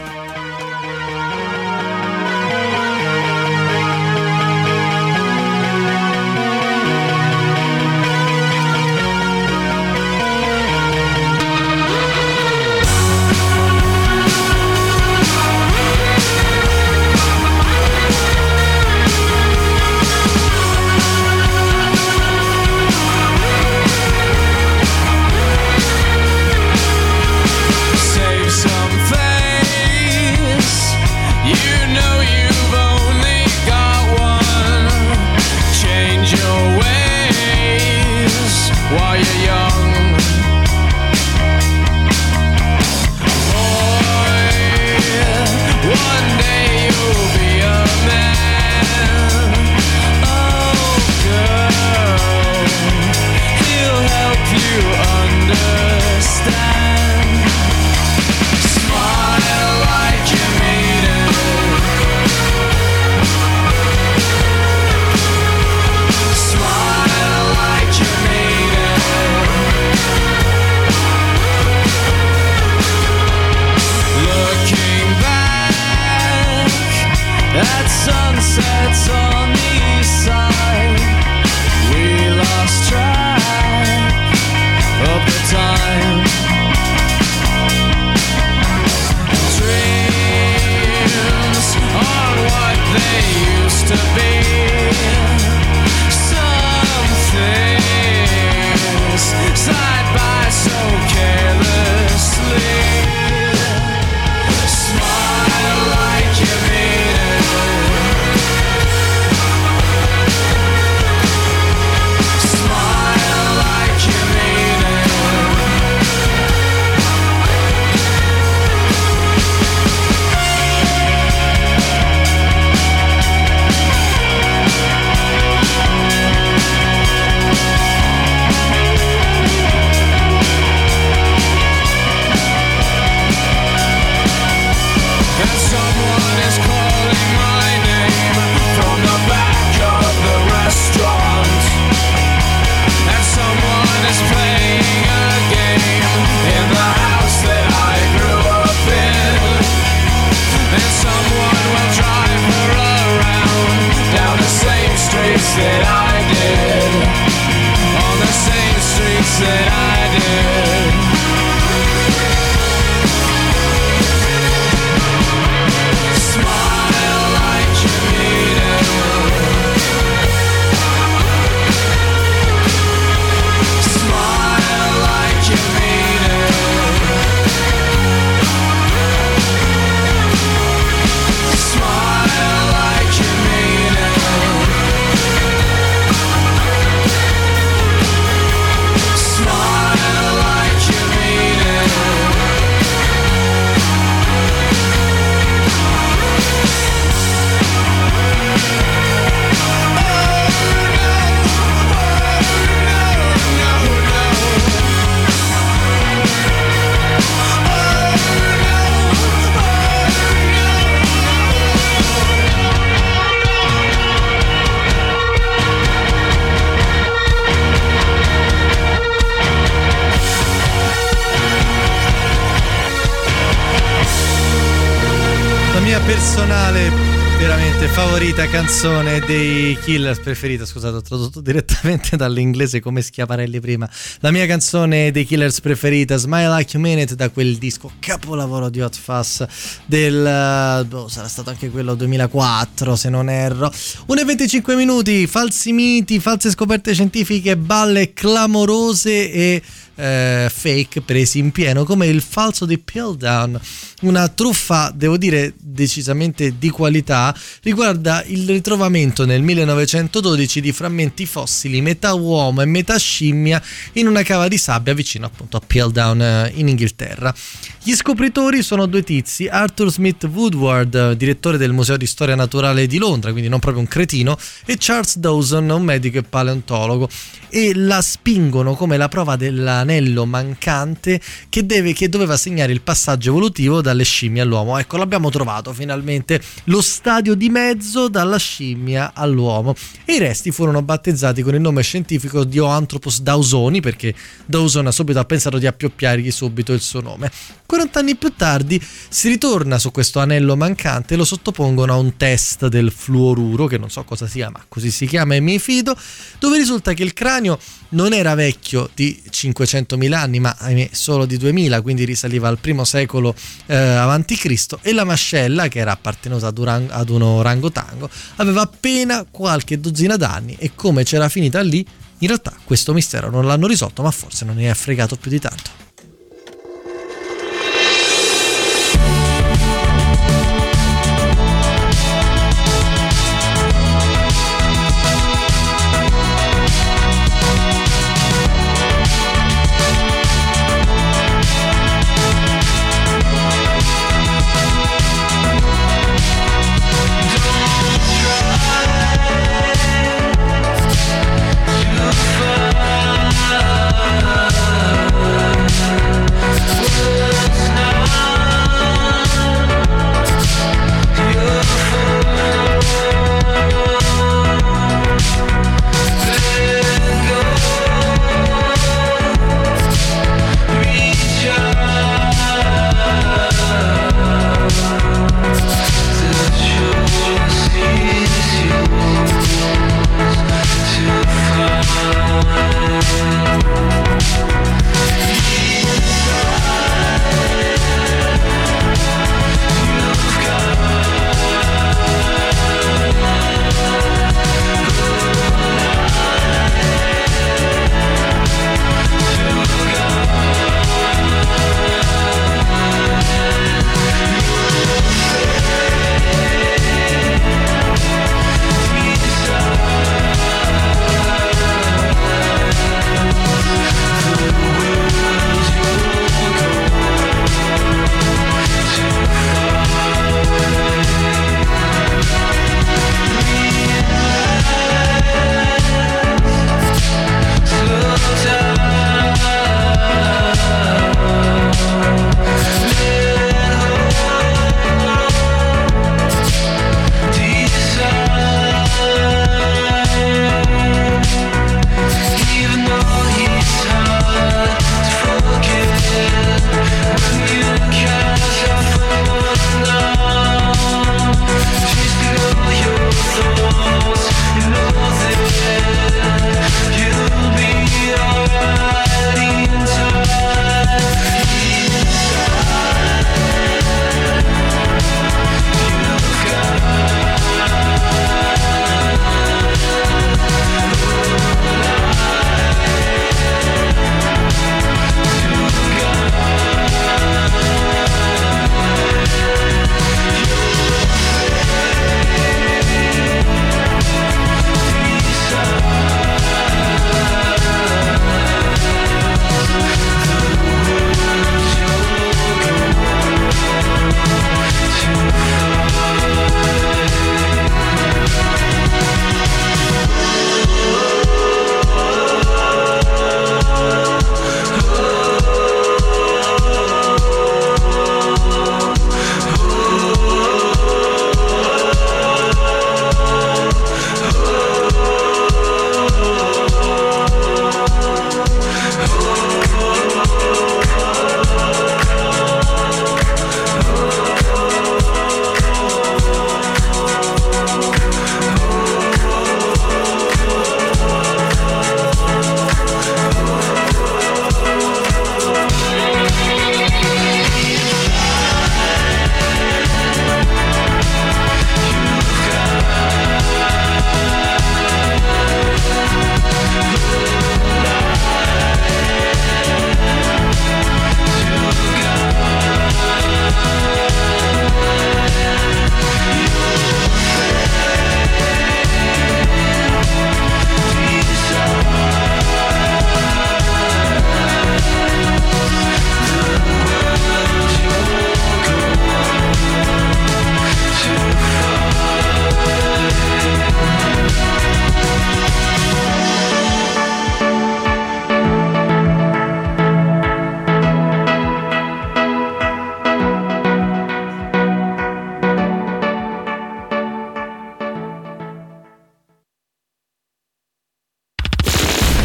finale veramente favorita canzone dei Killers, preferita, scusate, ho tradotto direttamente dall'inglese come Schiaparelli prima. La mia canzone dei Killers preferita, Smile Like You Mean It, da quel disco capolavoro di Hot Fuzz del sarà stato anche quello 2004 se non erro. 1:25 minuti, falsi miti, false scoperte scientifiche, balle clamorose e fake presi in pieno, come il falso di Piltdown, una truffa devo dire decisamente di qualità. Riguarda il ritrovamento nel 1912 di frammenti fossili metà uomo e metà scimmia in una cava di sabbia vicino appunto a Piltdown in Inghilterra. Gli scopritori sono due tizi, Arthur Smith Woodward, direttore del Museo di Storia Naturale di Londra, quindi non proprio un cretino, e Charles Dawson, un medico e paleontologo, e la spingono come la prova dell'anello mancante che doveva segnare il passaggio evolutivo dalle scimmie all'uomo. Ecco, l'abbiamo trovato finalmente, lo stadio di mezzo dalla scimmia all'uomo, e i resti furono battezzati con il nome scientifico di Oanthropus dawsoni, perché Dawson ha pensato di appioppiargli subito il suo nome. 40 anni più tardi si ritorna su questo anello mancante e lo sottopongono a un test del fluoruro, che non so cosa sia, ma così si chiama e mi fido, dove risulta che il cranio non era vecchio di 500.000 anni, ma ahimè solo di 2000, quindi risaliva al I secolo avanti Cristo, e la mascella, che era appartenuta ad un orangotango, aveva appena qualche dozzina d'anni, e come c'era finita lì, in realtà questo mistero non l'hanno risolto, ma forse non ne è fregato più di tanto.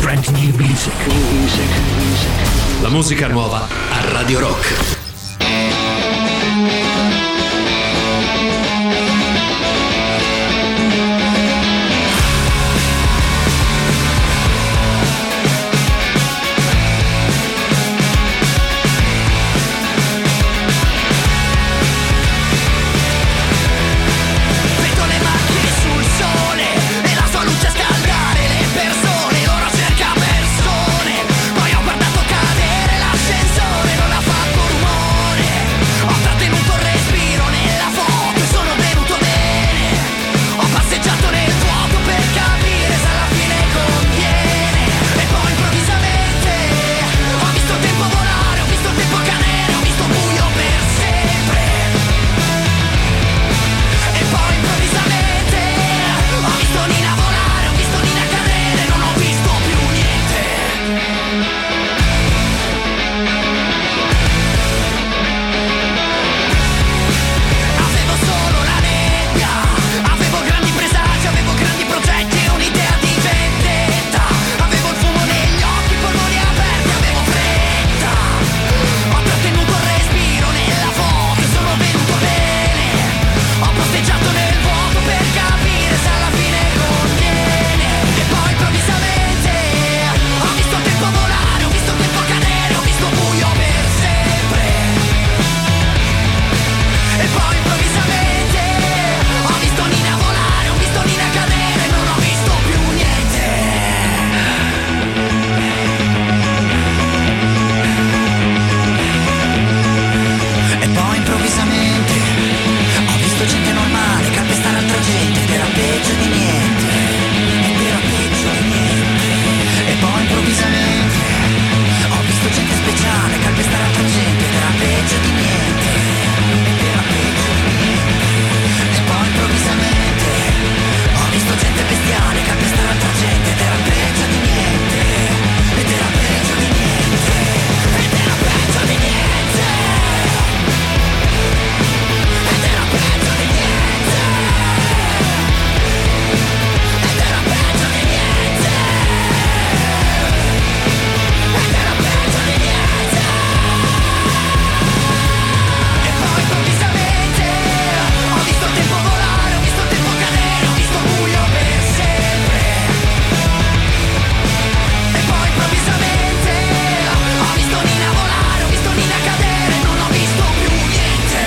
Brand new music. La musica nuova a Radio Rock. Vedo le macchine sul sole e la sua luce scaldare le persone, ora cerca persone. Poi ho guardato cadere l'ascensore, non ha fatto rumore. Ho trattenuto il respiro nella foto e sono venuto bene. Ho passeggiato nel vuoto per capire se alla fine conviene. E poi improvvisamente ho visto il tempo volare, ho visto il tempo cadere, ho visto buio per sempre. E poi improvvisamente ho visto Nina volare, ho visto Nina cadere, non ho visto più niente. Avevo solo la nebbia, avevo grandi presagi, avevo grandi progetti e un'idea di vendetta. Avevo il fumo negli occhi, i polmoni aperti, avevo fretta. Ho trattenuto il respiro nella foto e sono venuto bene. Ho posteggiato nel vuoto per capire se alla fine conviene. E poi improvvisamente ho visto il tempo volare, ho visto il tempo cadere, ho visto buio per sempre. E poi improvvisamente ho visto Nina volare, ho visto Nina cadere, non ho visto più niente. E poi improvvisamente ho visto gente normale calpestare altra gente ed era peggio di niente. Ed era peggio di niente. E poi improvvisamente ho visto gente speciale calpestare altra gente ed era peggio di niente. Ed era peggio di niente. E poi improvvisamente ho visto gente bestiale calpestare altra gente ed era peggio di niente. Ed era peggio di niente. Ed era peggio di niente. Ed era peggio di niente. Ed era peggio di niente. Ed era peggio di niente. E poi improvvisamente ho visto il tempo volare, ho visto il tempo cadere, ho visto buio per sempre. E poi improvvisamente ho visto Nina volare, ho visto Nina cadere, non ho visto più niente.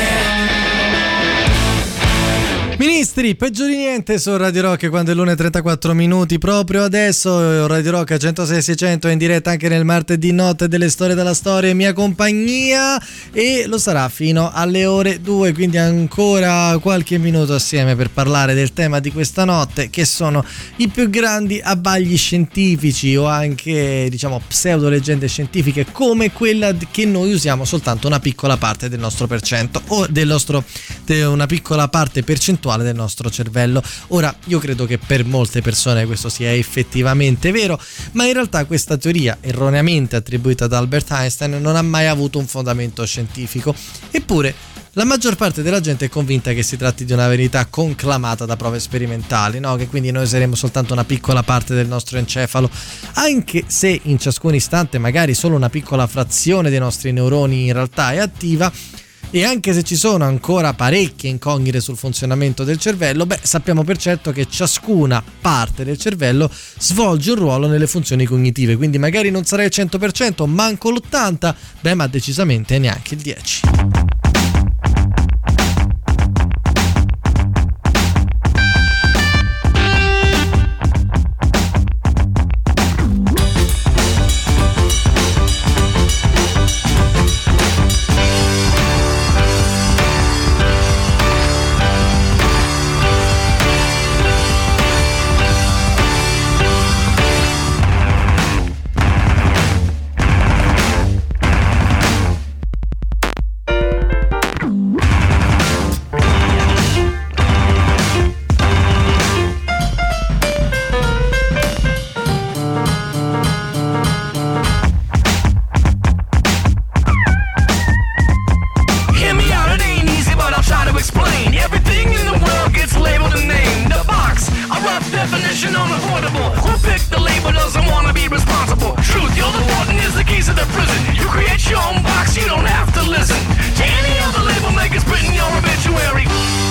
Ministri, peggio di niente su Radio Rock quando è l'1:34 proprio adesso. Radio Rock a 106.600 è in diretta anche nel martedì notte delle storie della storia in mia compagnia e lo sarà fino alle ore 2, quindi ancora qualche minuto assieme per parlare del tema di questa notte, che sono i più grandi abbagli scientifici o anche diciamo pseudo leggende scientifiche, come quella che noi usiamo soltanto una piccola parte del nostro percento o una piccola parte percentuale del nostro cervello. Ora, io credo che per molte persone questo sia effettivamente vero, ma in realtà questa teoria erroneamente attribuita ad Albert Einstein non ha mai avuto un fondamento scientifico. Eppure la maggior parte della gente è convinta che si tratti di una verità conclamata da prove sperimentali, no? Che quindi noi saremo soltanto una piccola parte del nostro encefalo, anche se in ciascun istante magari solo una piccola frazione dei nostri neuroni in realtà è attiva. E anche se ci sono ancora parecchie incognite sul funzionamento del cervello, sappiamo per certo che ciascuna parte del cervello svolge un ruolo nelle funzioni cognitive, quindi magari non sarà il 100%, manco l'80%, ma decisamente neanche il 10%. accountable. Who picked the label doesn't wanna be responsible. Truth, you're the warden is the keys to the prison. You create your own box, you don't have to listen to any other label makers printing your obituary.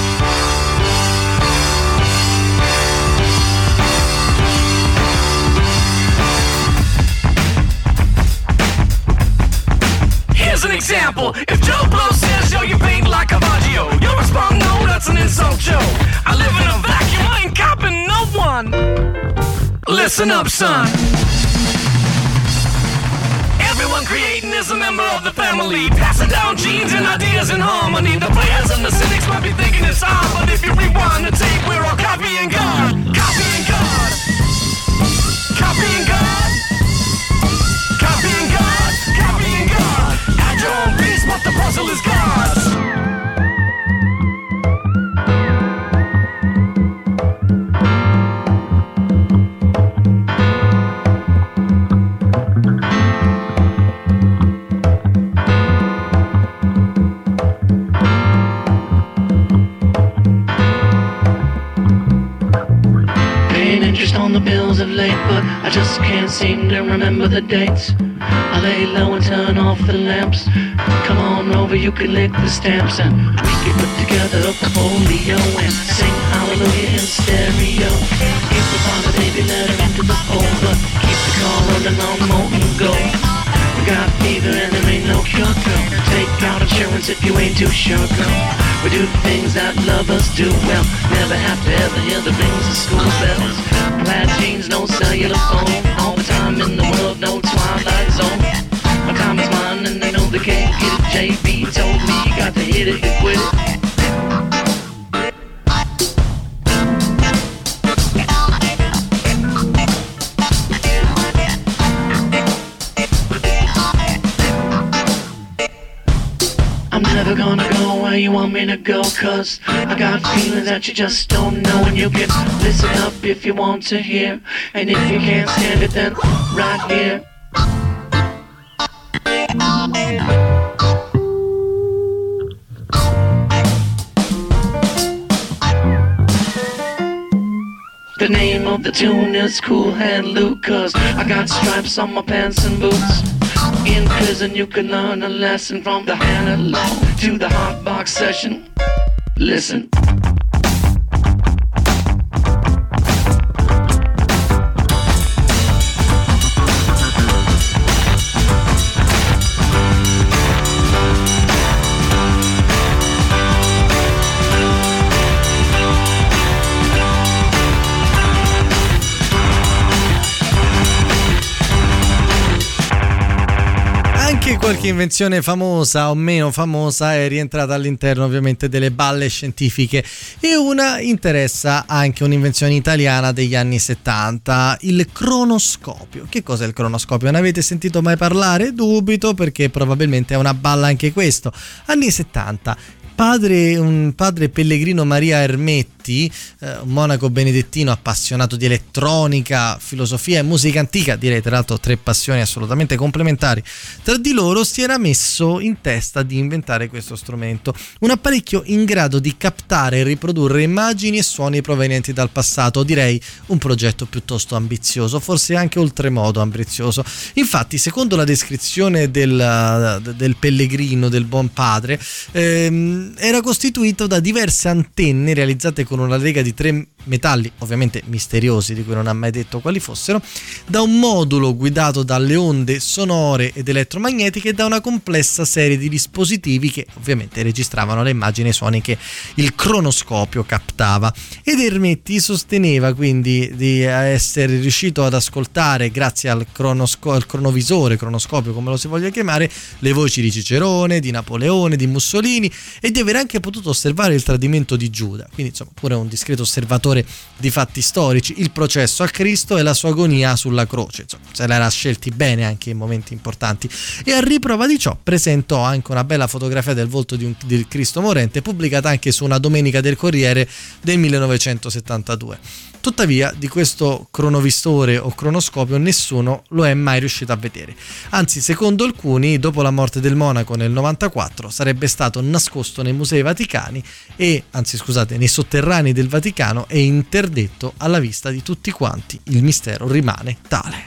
Here's an example. If Joe Blow says, yo, you paint like Caravaggio, you'll respond, no, that's an insult, Joe. I live in a vacuum, I ain't copping no one. Listen up, son. Everyone creating is a member of the family. Passing down genes and ideas in harmony. The players and the cynics might be thinking it's odd, but if you rewind the tape, we're all copying God. Copying God. Copying God. Copying God. Copying God. Add your own piece, but the puzzle is God's. On the bills of late, but I just can't seem to remember the dates. I lay low and turn off the lamps. Come on over, you can lick the stamps, and we can put together a folio and sing hallelujah in stereo. Give the father baby letter into the folder. Keep the car running on molten gold. We got fever and there ain't no cure, girl. Take out insurance if you ain't too sure, girl. We do things that lovers do well. Never have to ever hear the rings of school bells. Plaid jeans, no cellular phone. All the time in the world, no twilight zone. My time is mine and they know they can't get it. JB told me you got to hit it and quit it. I'm never gonna go where you want me to go, cause I got feelings that you just don't know. And you can listen up if you want to hear, and if you can't stand it then right here. The name of the tune is Cool Hand Luke, cause I got stripes on my pants and boots. In prison you can learn a lesson, from the analog to the hot box session. Listen. Qualche invenzione famosa o meno famosa è rientrata all'interno ovviamente delle balle scientifiche, e una interessa anche un'invenzione italiana degli anni 70, il cronoscopio. Che cos'è il cronoscopio? Ne avete sentito mai parlare? Dubito, perché probabilmente è una balla anche questo. Anni 70. Un padre Pellegrino Maria Ermetti, un monaco benedettino appassionato di elettronica, filosofia e musica antica, direi tra l'altro tre passioni assolutamente complementari tra di loro, si era messo in testa di inventare questo strumento, un apparecchio in grado di captare e riprodurre immagini e suoni provenienti dal passato. Direi un progetto piuttosto ambizioso, forse anche oltremodo ambizioso. Infatti, secondo la descrizione del Pellegrino, del buon padre, era costituito da diverse antenne realizzate con una lega di 3 metalli, ovviamente misteriosi, di cui non ha mai detto quali fossero, da un modulo guidato dalle onde sonore ed elettromagnetiche e da una complessa serie di dispositivi che ovviamente registravano le immagini e i suoni che il cronoscopio captava. Ed Ermetti sosteneva quindi di essere riuscito ad ascoltare, grazie al cronovisore, cronoscopio come lo si voglia chiamare, le voci di Cicerone, di Napoleone, di Mussolini, e di aver anche potuto osservare il tradimento di Giuda, quindi insomma pure un discreto osservatore di fatti storici, il processo a Cristo e la sua agonia sulla croce. Insomma, se l'era scelti bene anche in momenti importanti. E a riprova di ciò presentò anche una bella fotografia del volto del Cristo morente, pubblicata anche su una domenica del Corriere del 1972. Tuttavia di questo cronovistore o cronoscopio nessuno lo è mai riuscito a vedere. Anzi, secondo alcuni, dopo la morte del monaco nel 94 sarebbe stato nascosto nei musei vaticani nei sotterranei del Vaticano e interdetto alla vista di tutti quanti. Il mistero rimane tale.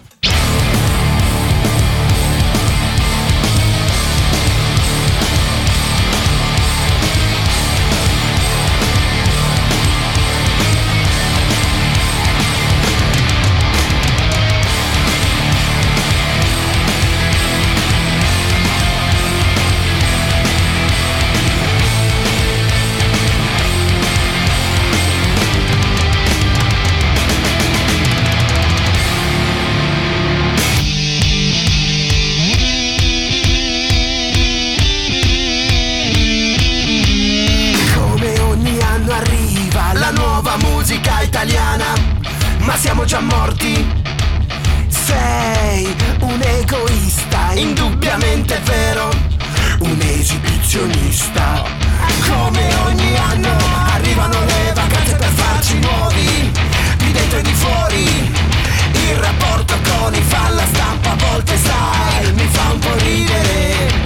Ma siamo già morti. Sei un egoista, indubbiamente vero, un esibizionista. Come ogni anno arrivano le vacanze per farci nuovi, di dentro e di fuori. Il rapporto con i fan, la stampa a volte sai, mi fa un po' ridere.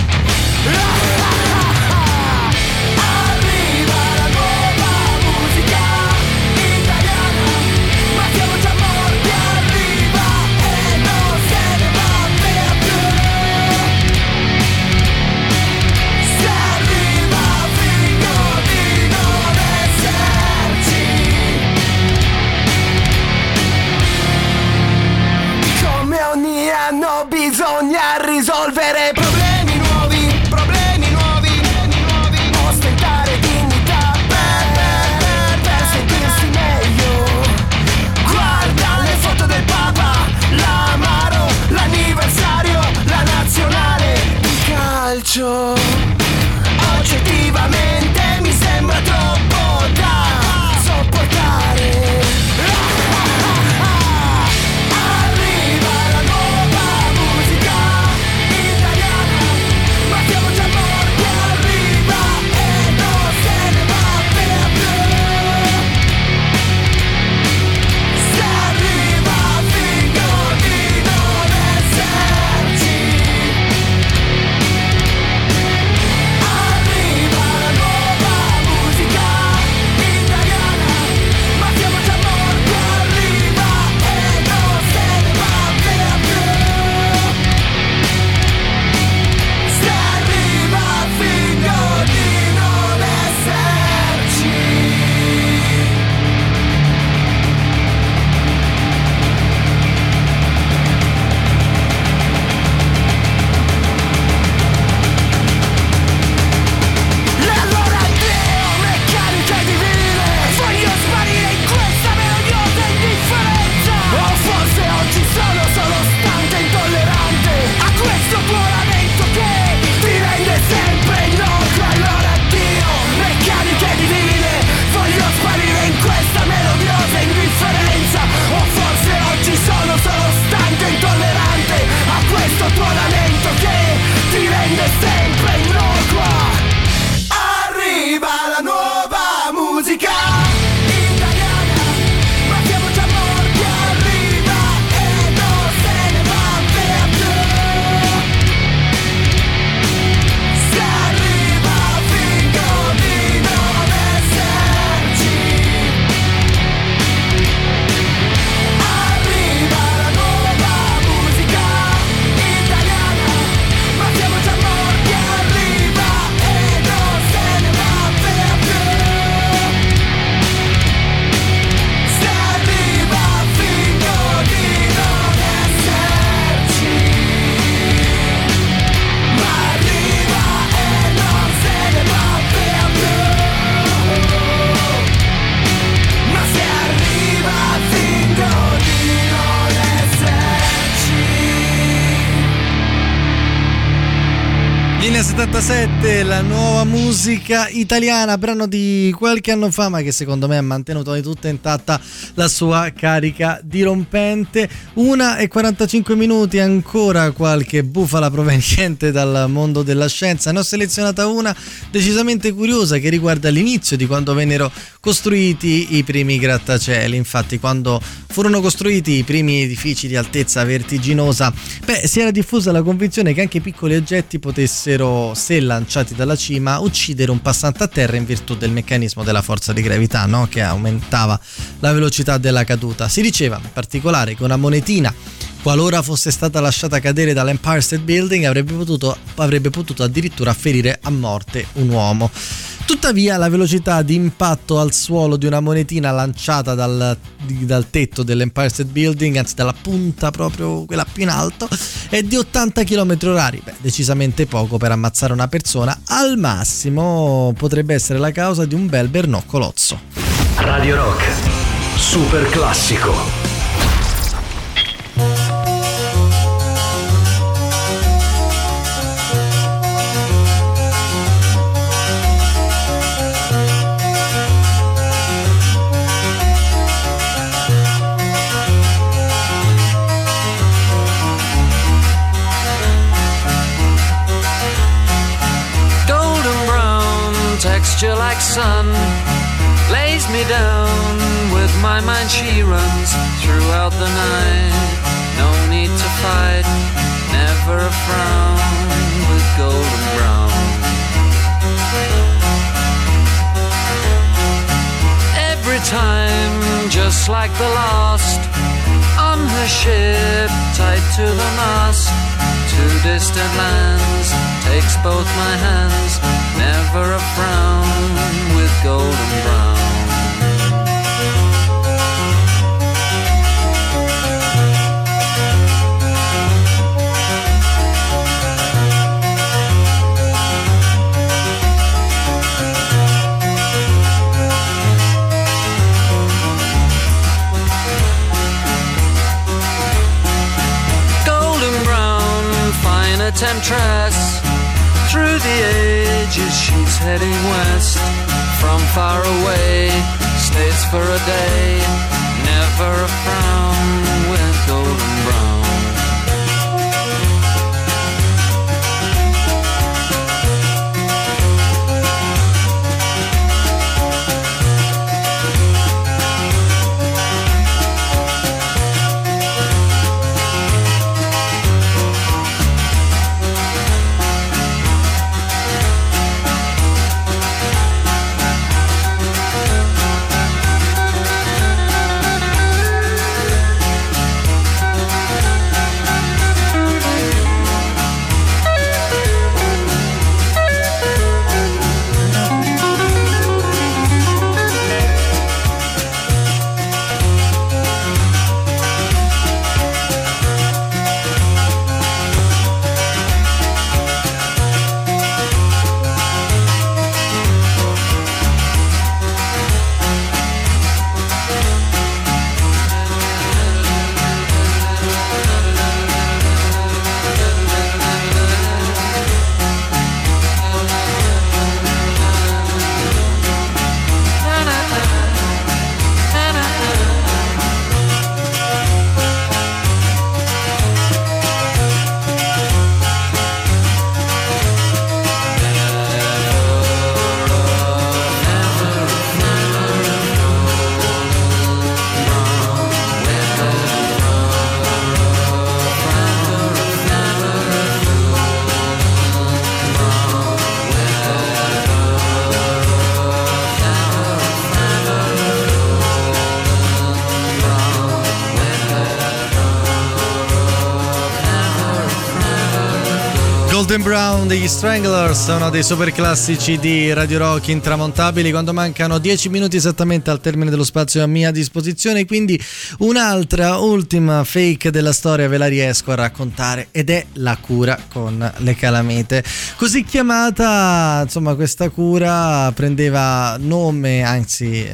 77, la nuova musica italiana, brano di qualche anno fa ma che secondo me ha mantenuto di tutta intatta la sua carica dirompente. 1:45, ancora qualche bufala proveniente dal mondo della scienza. Ne ho selezionata una decisamente curiosa che riguarda l'inizio di quando vennero costruiti i primi grattacieli. Infatti, quando furono costruiti i primi edifici di altezza vertiginosa, si era diffusa la convinzione che anche piccoli oggetti potessero, se lanciati dalla cima, uccidere un passante a terra in virtù del meccanismo della forza di gravità, no? Che aumentava la velocità della caduta. Si diceva in particolare che una monetina, qualora fosse stata lasciata cadere dall'Empire State Building, avrebbe potuto addirittura ferire a morte un uomo. Tuttavia la velocità di impatto al suolo di una monetina lanciata dal tetto dell'Empire State Building, anzi dalla punta proprio quella più in alto, è di 80 km/h. Decisamente poco per ammazzare una persona. Al massimo potrebbe essere la causa di un bel bernoccolozzo. Radio Rock, super classico. Texture like sun lays me down. With my mind she runs throughout the night. No need to fight, never a frown. With golden brown, every time just like the last. On her ship tied to the mast, to distant lands, takes both my hands. Never a frown, with golden brown. Golden brown, fine a temptress. Through the ages she's heading west. From far away, stays for a day. Never a frown, with golden brown. Golden Brown degli Stranglers, uno dei super classici di Radio Rock intramontabili, quando mancano 10 minuti esattamente al termine dello spazio a mia disposizione. Quindi un'altra ultima fake della storia ve la riesco a raccontare, ed è la cura con le calamite. Così chiamata, insomma, questa cura prendeva nome, anzi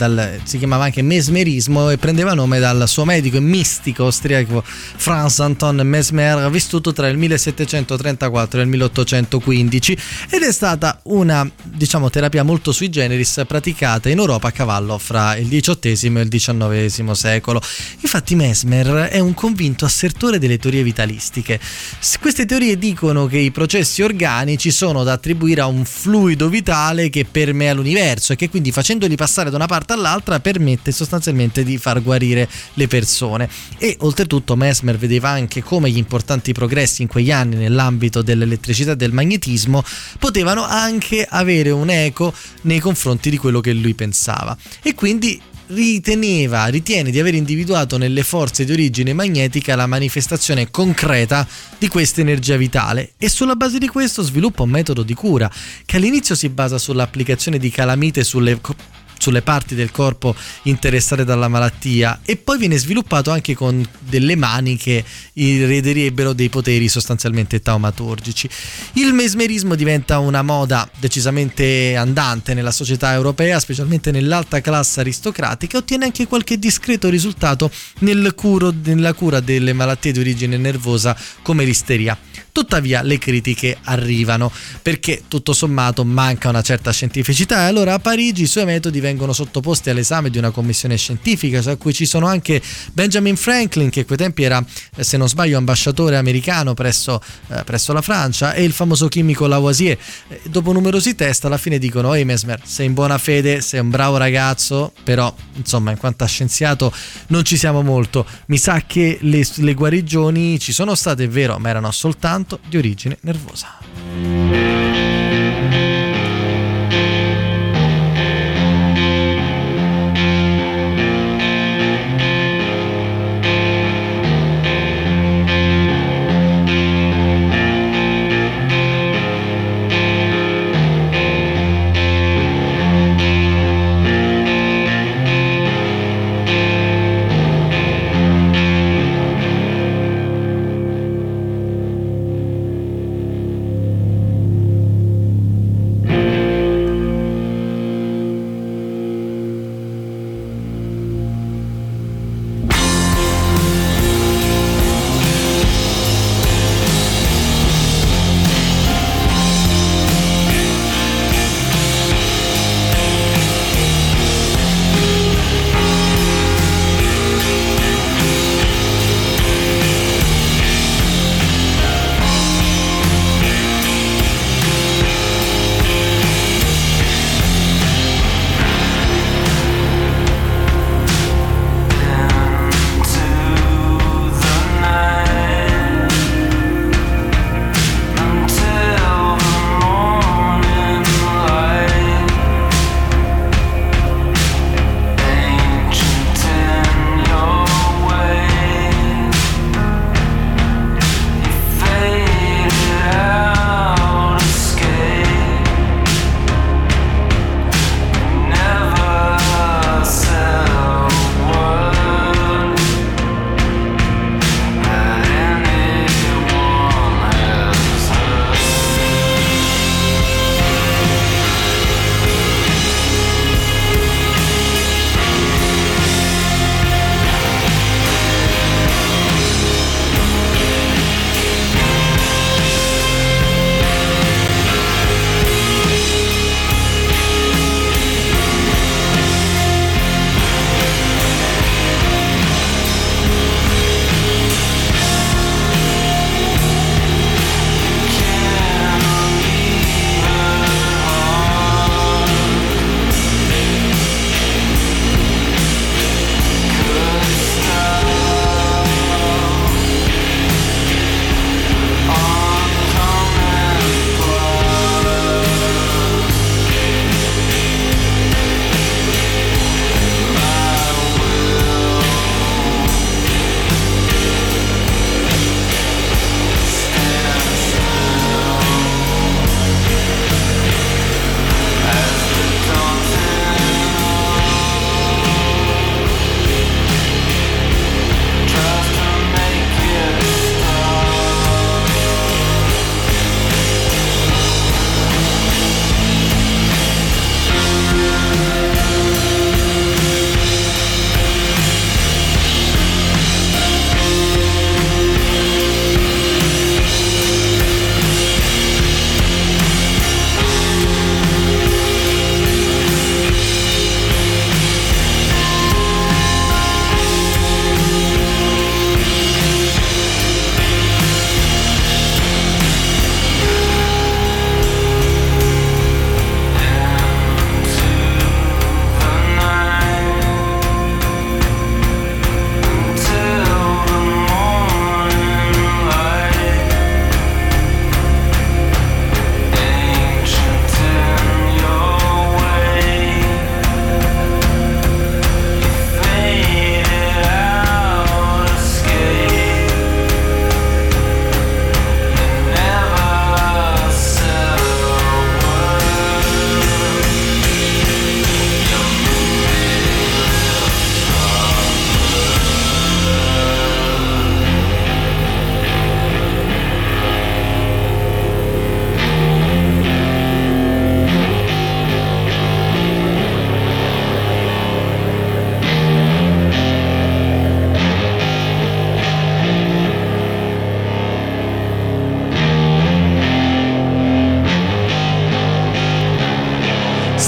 si chiamava anche mesmerismo, e prendeva nome dal suo medico e mistico austriaco Franz Anton Mesmer, vissuto tra il 1734 1834 e al 1815, ed è stata una, diciamo, terapia molto sui generis praticata in Europa a cavallo fra il XVIII e il XIX secolo. Infatti Mesmer è un convinto assertore delle teorie vitalistiche. Queste teorie dicono che i processi organici sono da attribuire a un fluido vitale che permea l'universo e che quindi, facendoli passare da una parte all'altra, permette sostanzialmente di far guarire le persone. E oltretutto Mesmer vedeva anche come gli importanti progressi in quegli anni nell'ambito dell'elettricità e del magnetismo potevano anche avere un eco nei confronti di quello che lui pensava, e quindi ritiene di aver individuato nelle forze di origine magnetica la manifestazione concreta di questa energia vitale, e sulla base di questo sviluppa un metodo di cura che all'inizio si basa sull'applicazione di calamite sulle parti del corpo interessate dalla malattia, e poi viene sviluppato anche con delle mani che riederebbero dei poteri sostanzialmente taumaturgici. Il mesmerismo diventa una moda decisamente andante nella società europea, specialmente nell'alta classe aristocratica, e ottiene anche qualche discreto risultato nella cura delle malattie di origine nervosa come l'isteria. Tuttavia le critiche arrivano, perché tutto sommato manca una certa scientificità, e allora a Parigi i suoi metodi vengono sottoposti all'esame di una commissione scientifica, a cui ci sono anche Benjamin Franklin, che a quei tempi era, se non sbaglio, ambasciatore americano presso la Francia, e il famoso chimico Lavoisier. Dopo numerosi test alla fine dicono: ehi Mesmer, sei in buona fede, sei un bravo ragazzo, però insomma in quanto a scienziato non ci siamo molto, mi sa che le guarigioni ci sono state, è vero, ma erano soltanto di origine nervosa.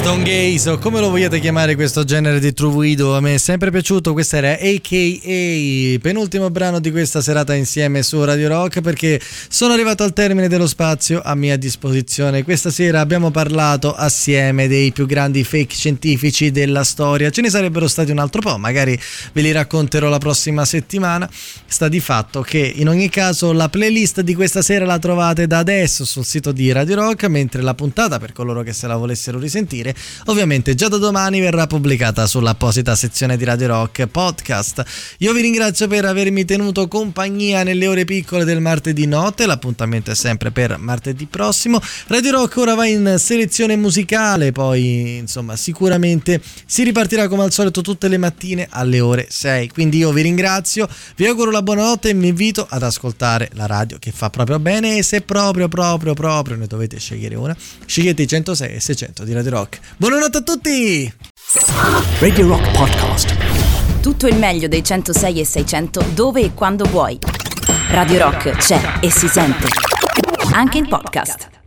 Tom Gaze, o come lo vogliate chiamare questo genere di truido, a me è sempre piaciuto. Questo era AKA, penultimo brano di questa serata insieme su Radio Rock, perché sono arrivato al termine dello spazio a mia disposizione. Questa sera abbiamo parlato assieme dei più grandi fake scientifici della storia. Ce ne sarebbero stati un altro po', magari ve li racconterò la prossima settimana. Sta di fatto che in ogni caso la playlist di questa sera la trovate da adesso sul sito di Radio Rock, mentre la puntata, per coloro che se la volessero risentire, ovviamente già da domani verrà pubblicata sull'apposita sezione di Radio Rock Podcast. Io vi ringrazio per avermi tenuto compagnia nelle ore piccole del martedì notte. L'appuntamento è sempre per martedì prossimo. Radio Rock ora va in selezione musicale, poi insomma sicuramente si ripartirà come al solito tutte le mattine alle ore 6. Quindi io vi ringrazio, vi auguro la buonanotte e vi invito ad ascoltare la radio che fa proprio bene, e se proprio ne dovete scegliere una, scegliete i 106 e 600 di Radio Rock. Buonanotte a tutti! Radio Rock Podcast. Tutto il meglio dei 106 e 600 dove e quando vuoi. Radio Rock c'è e si sente. Anche in podcast.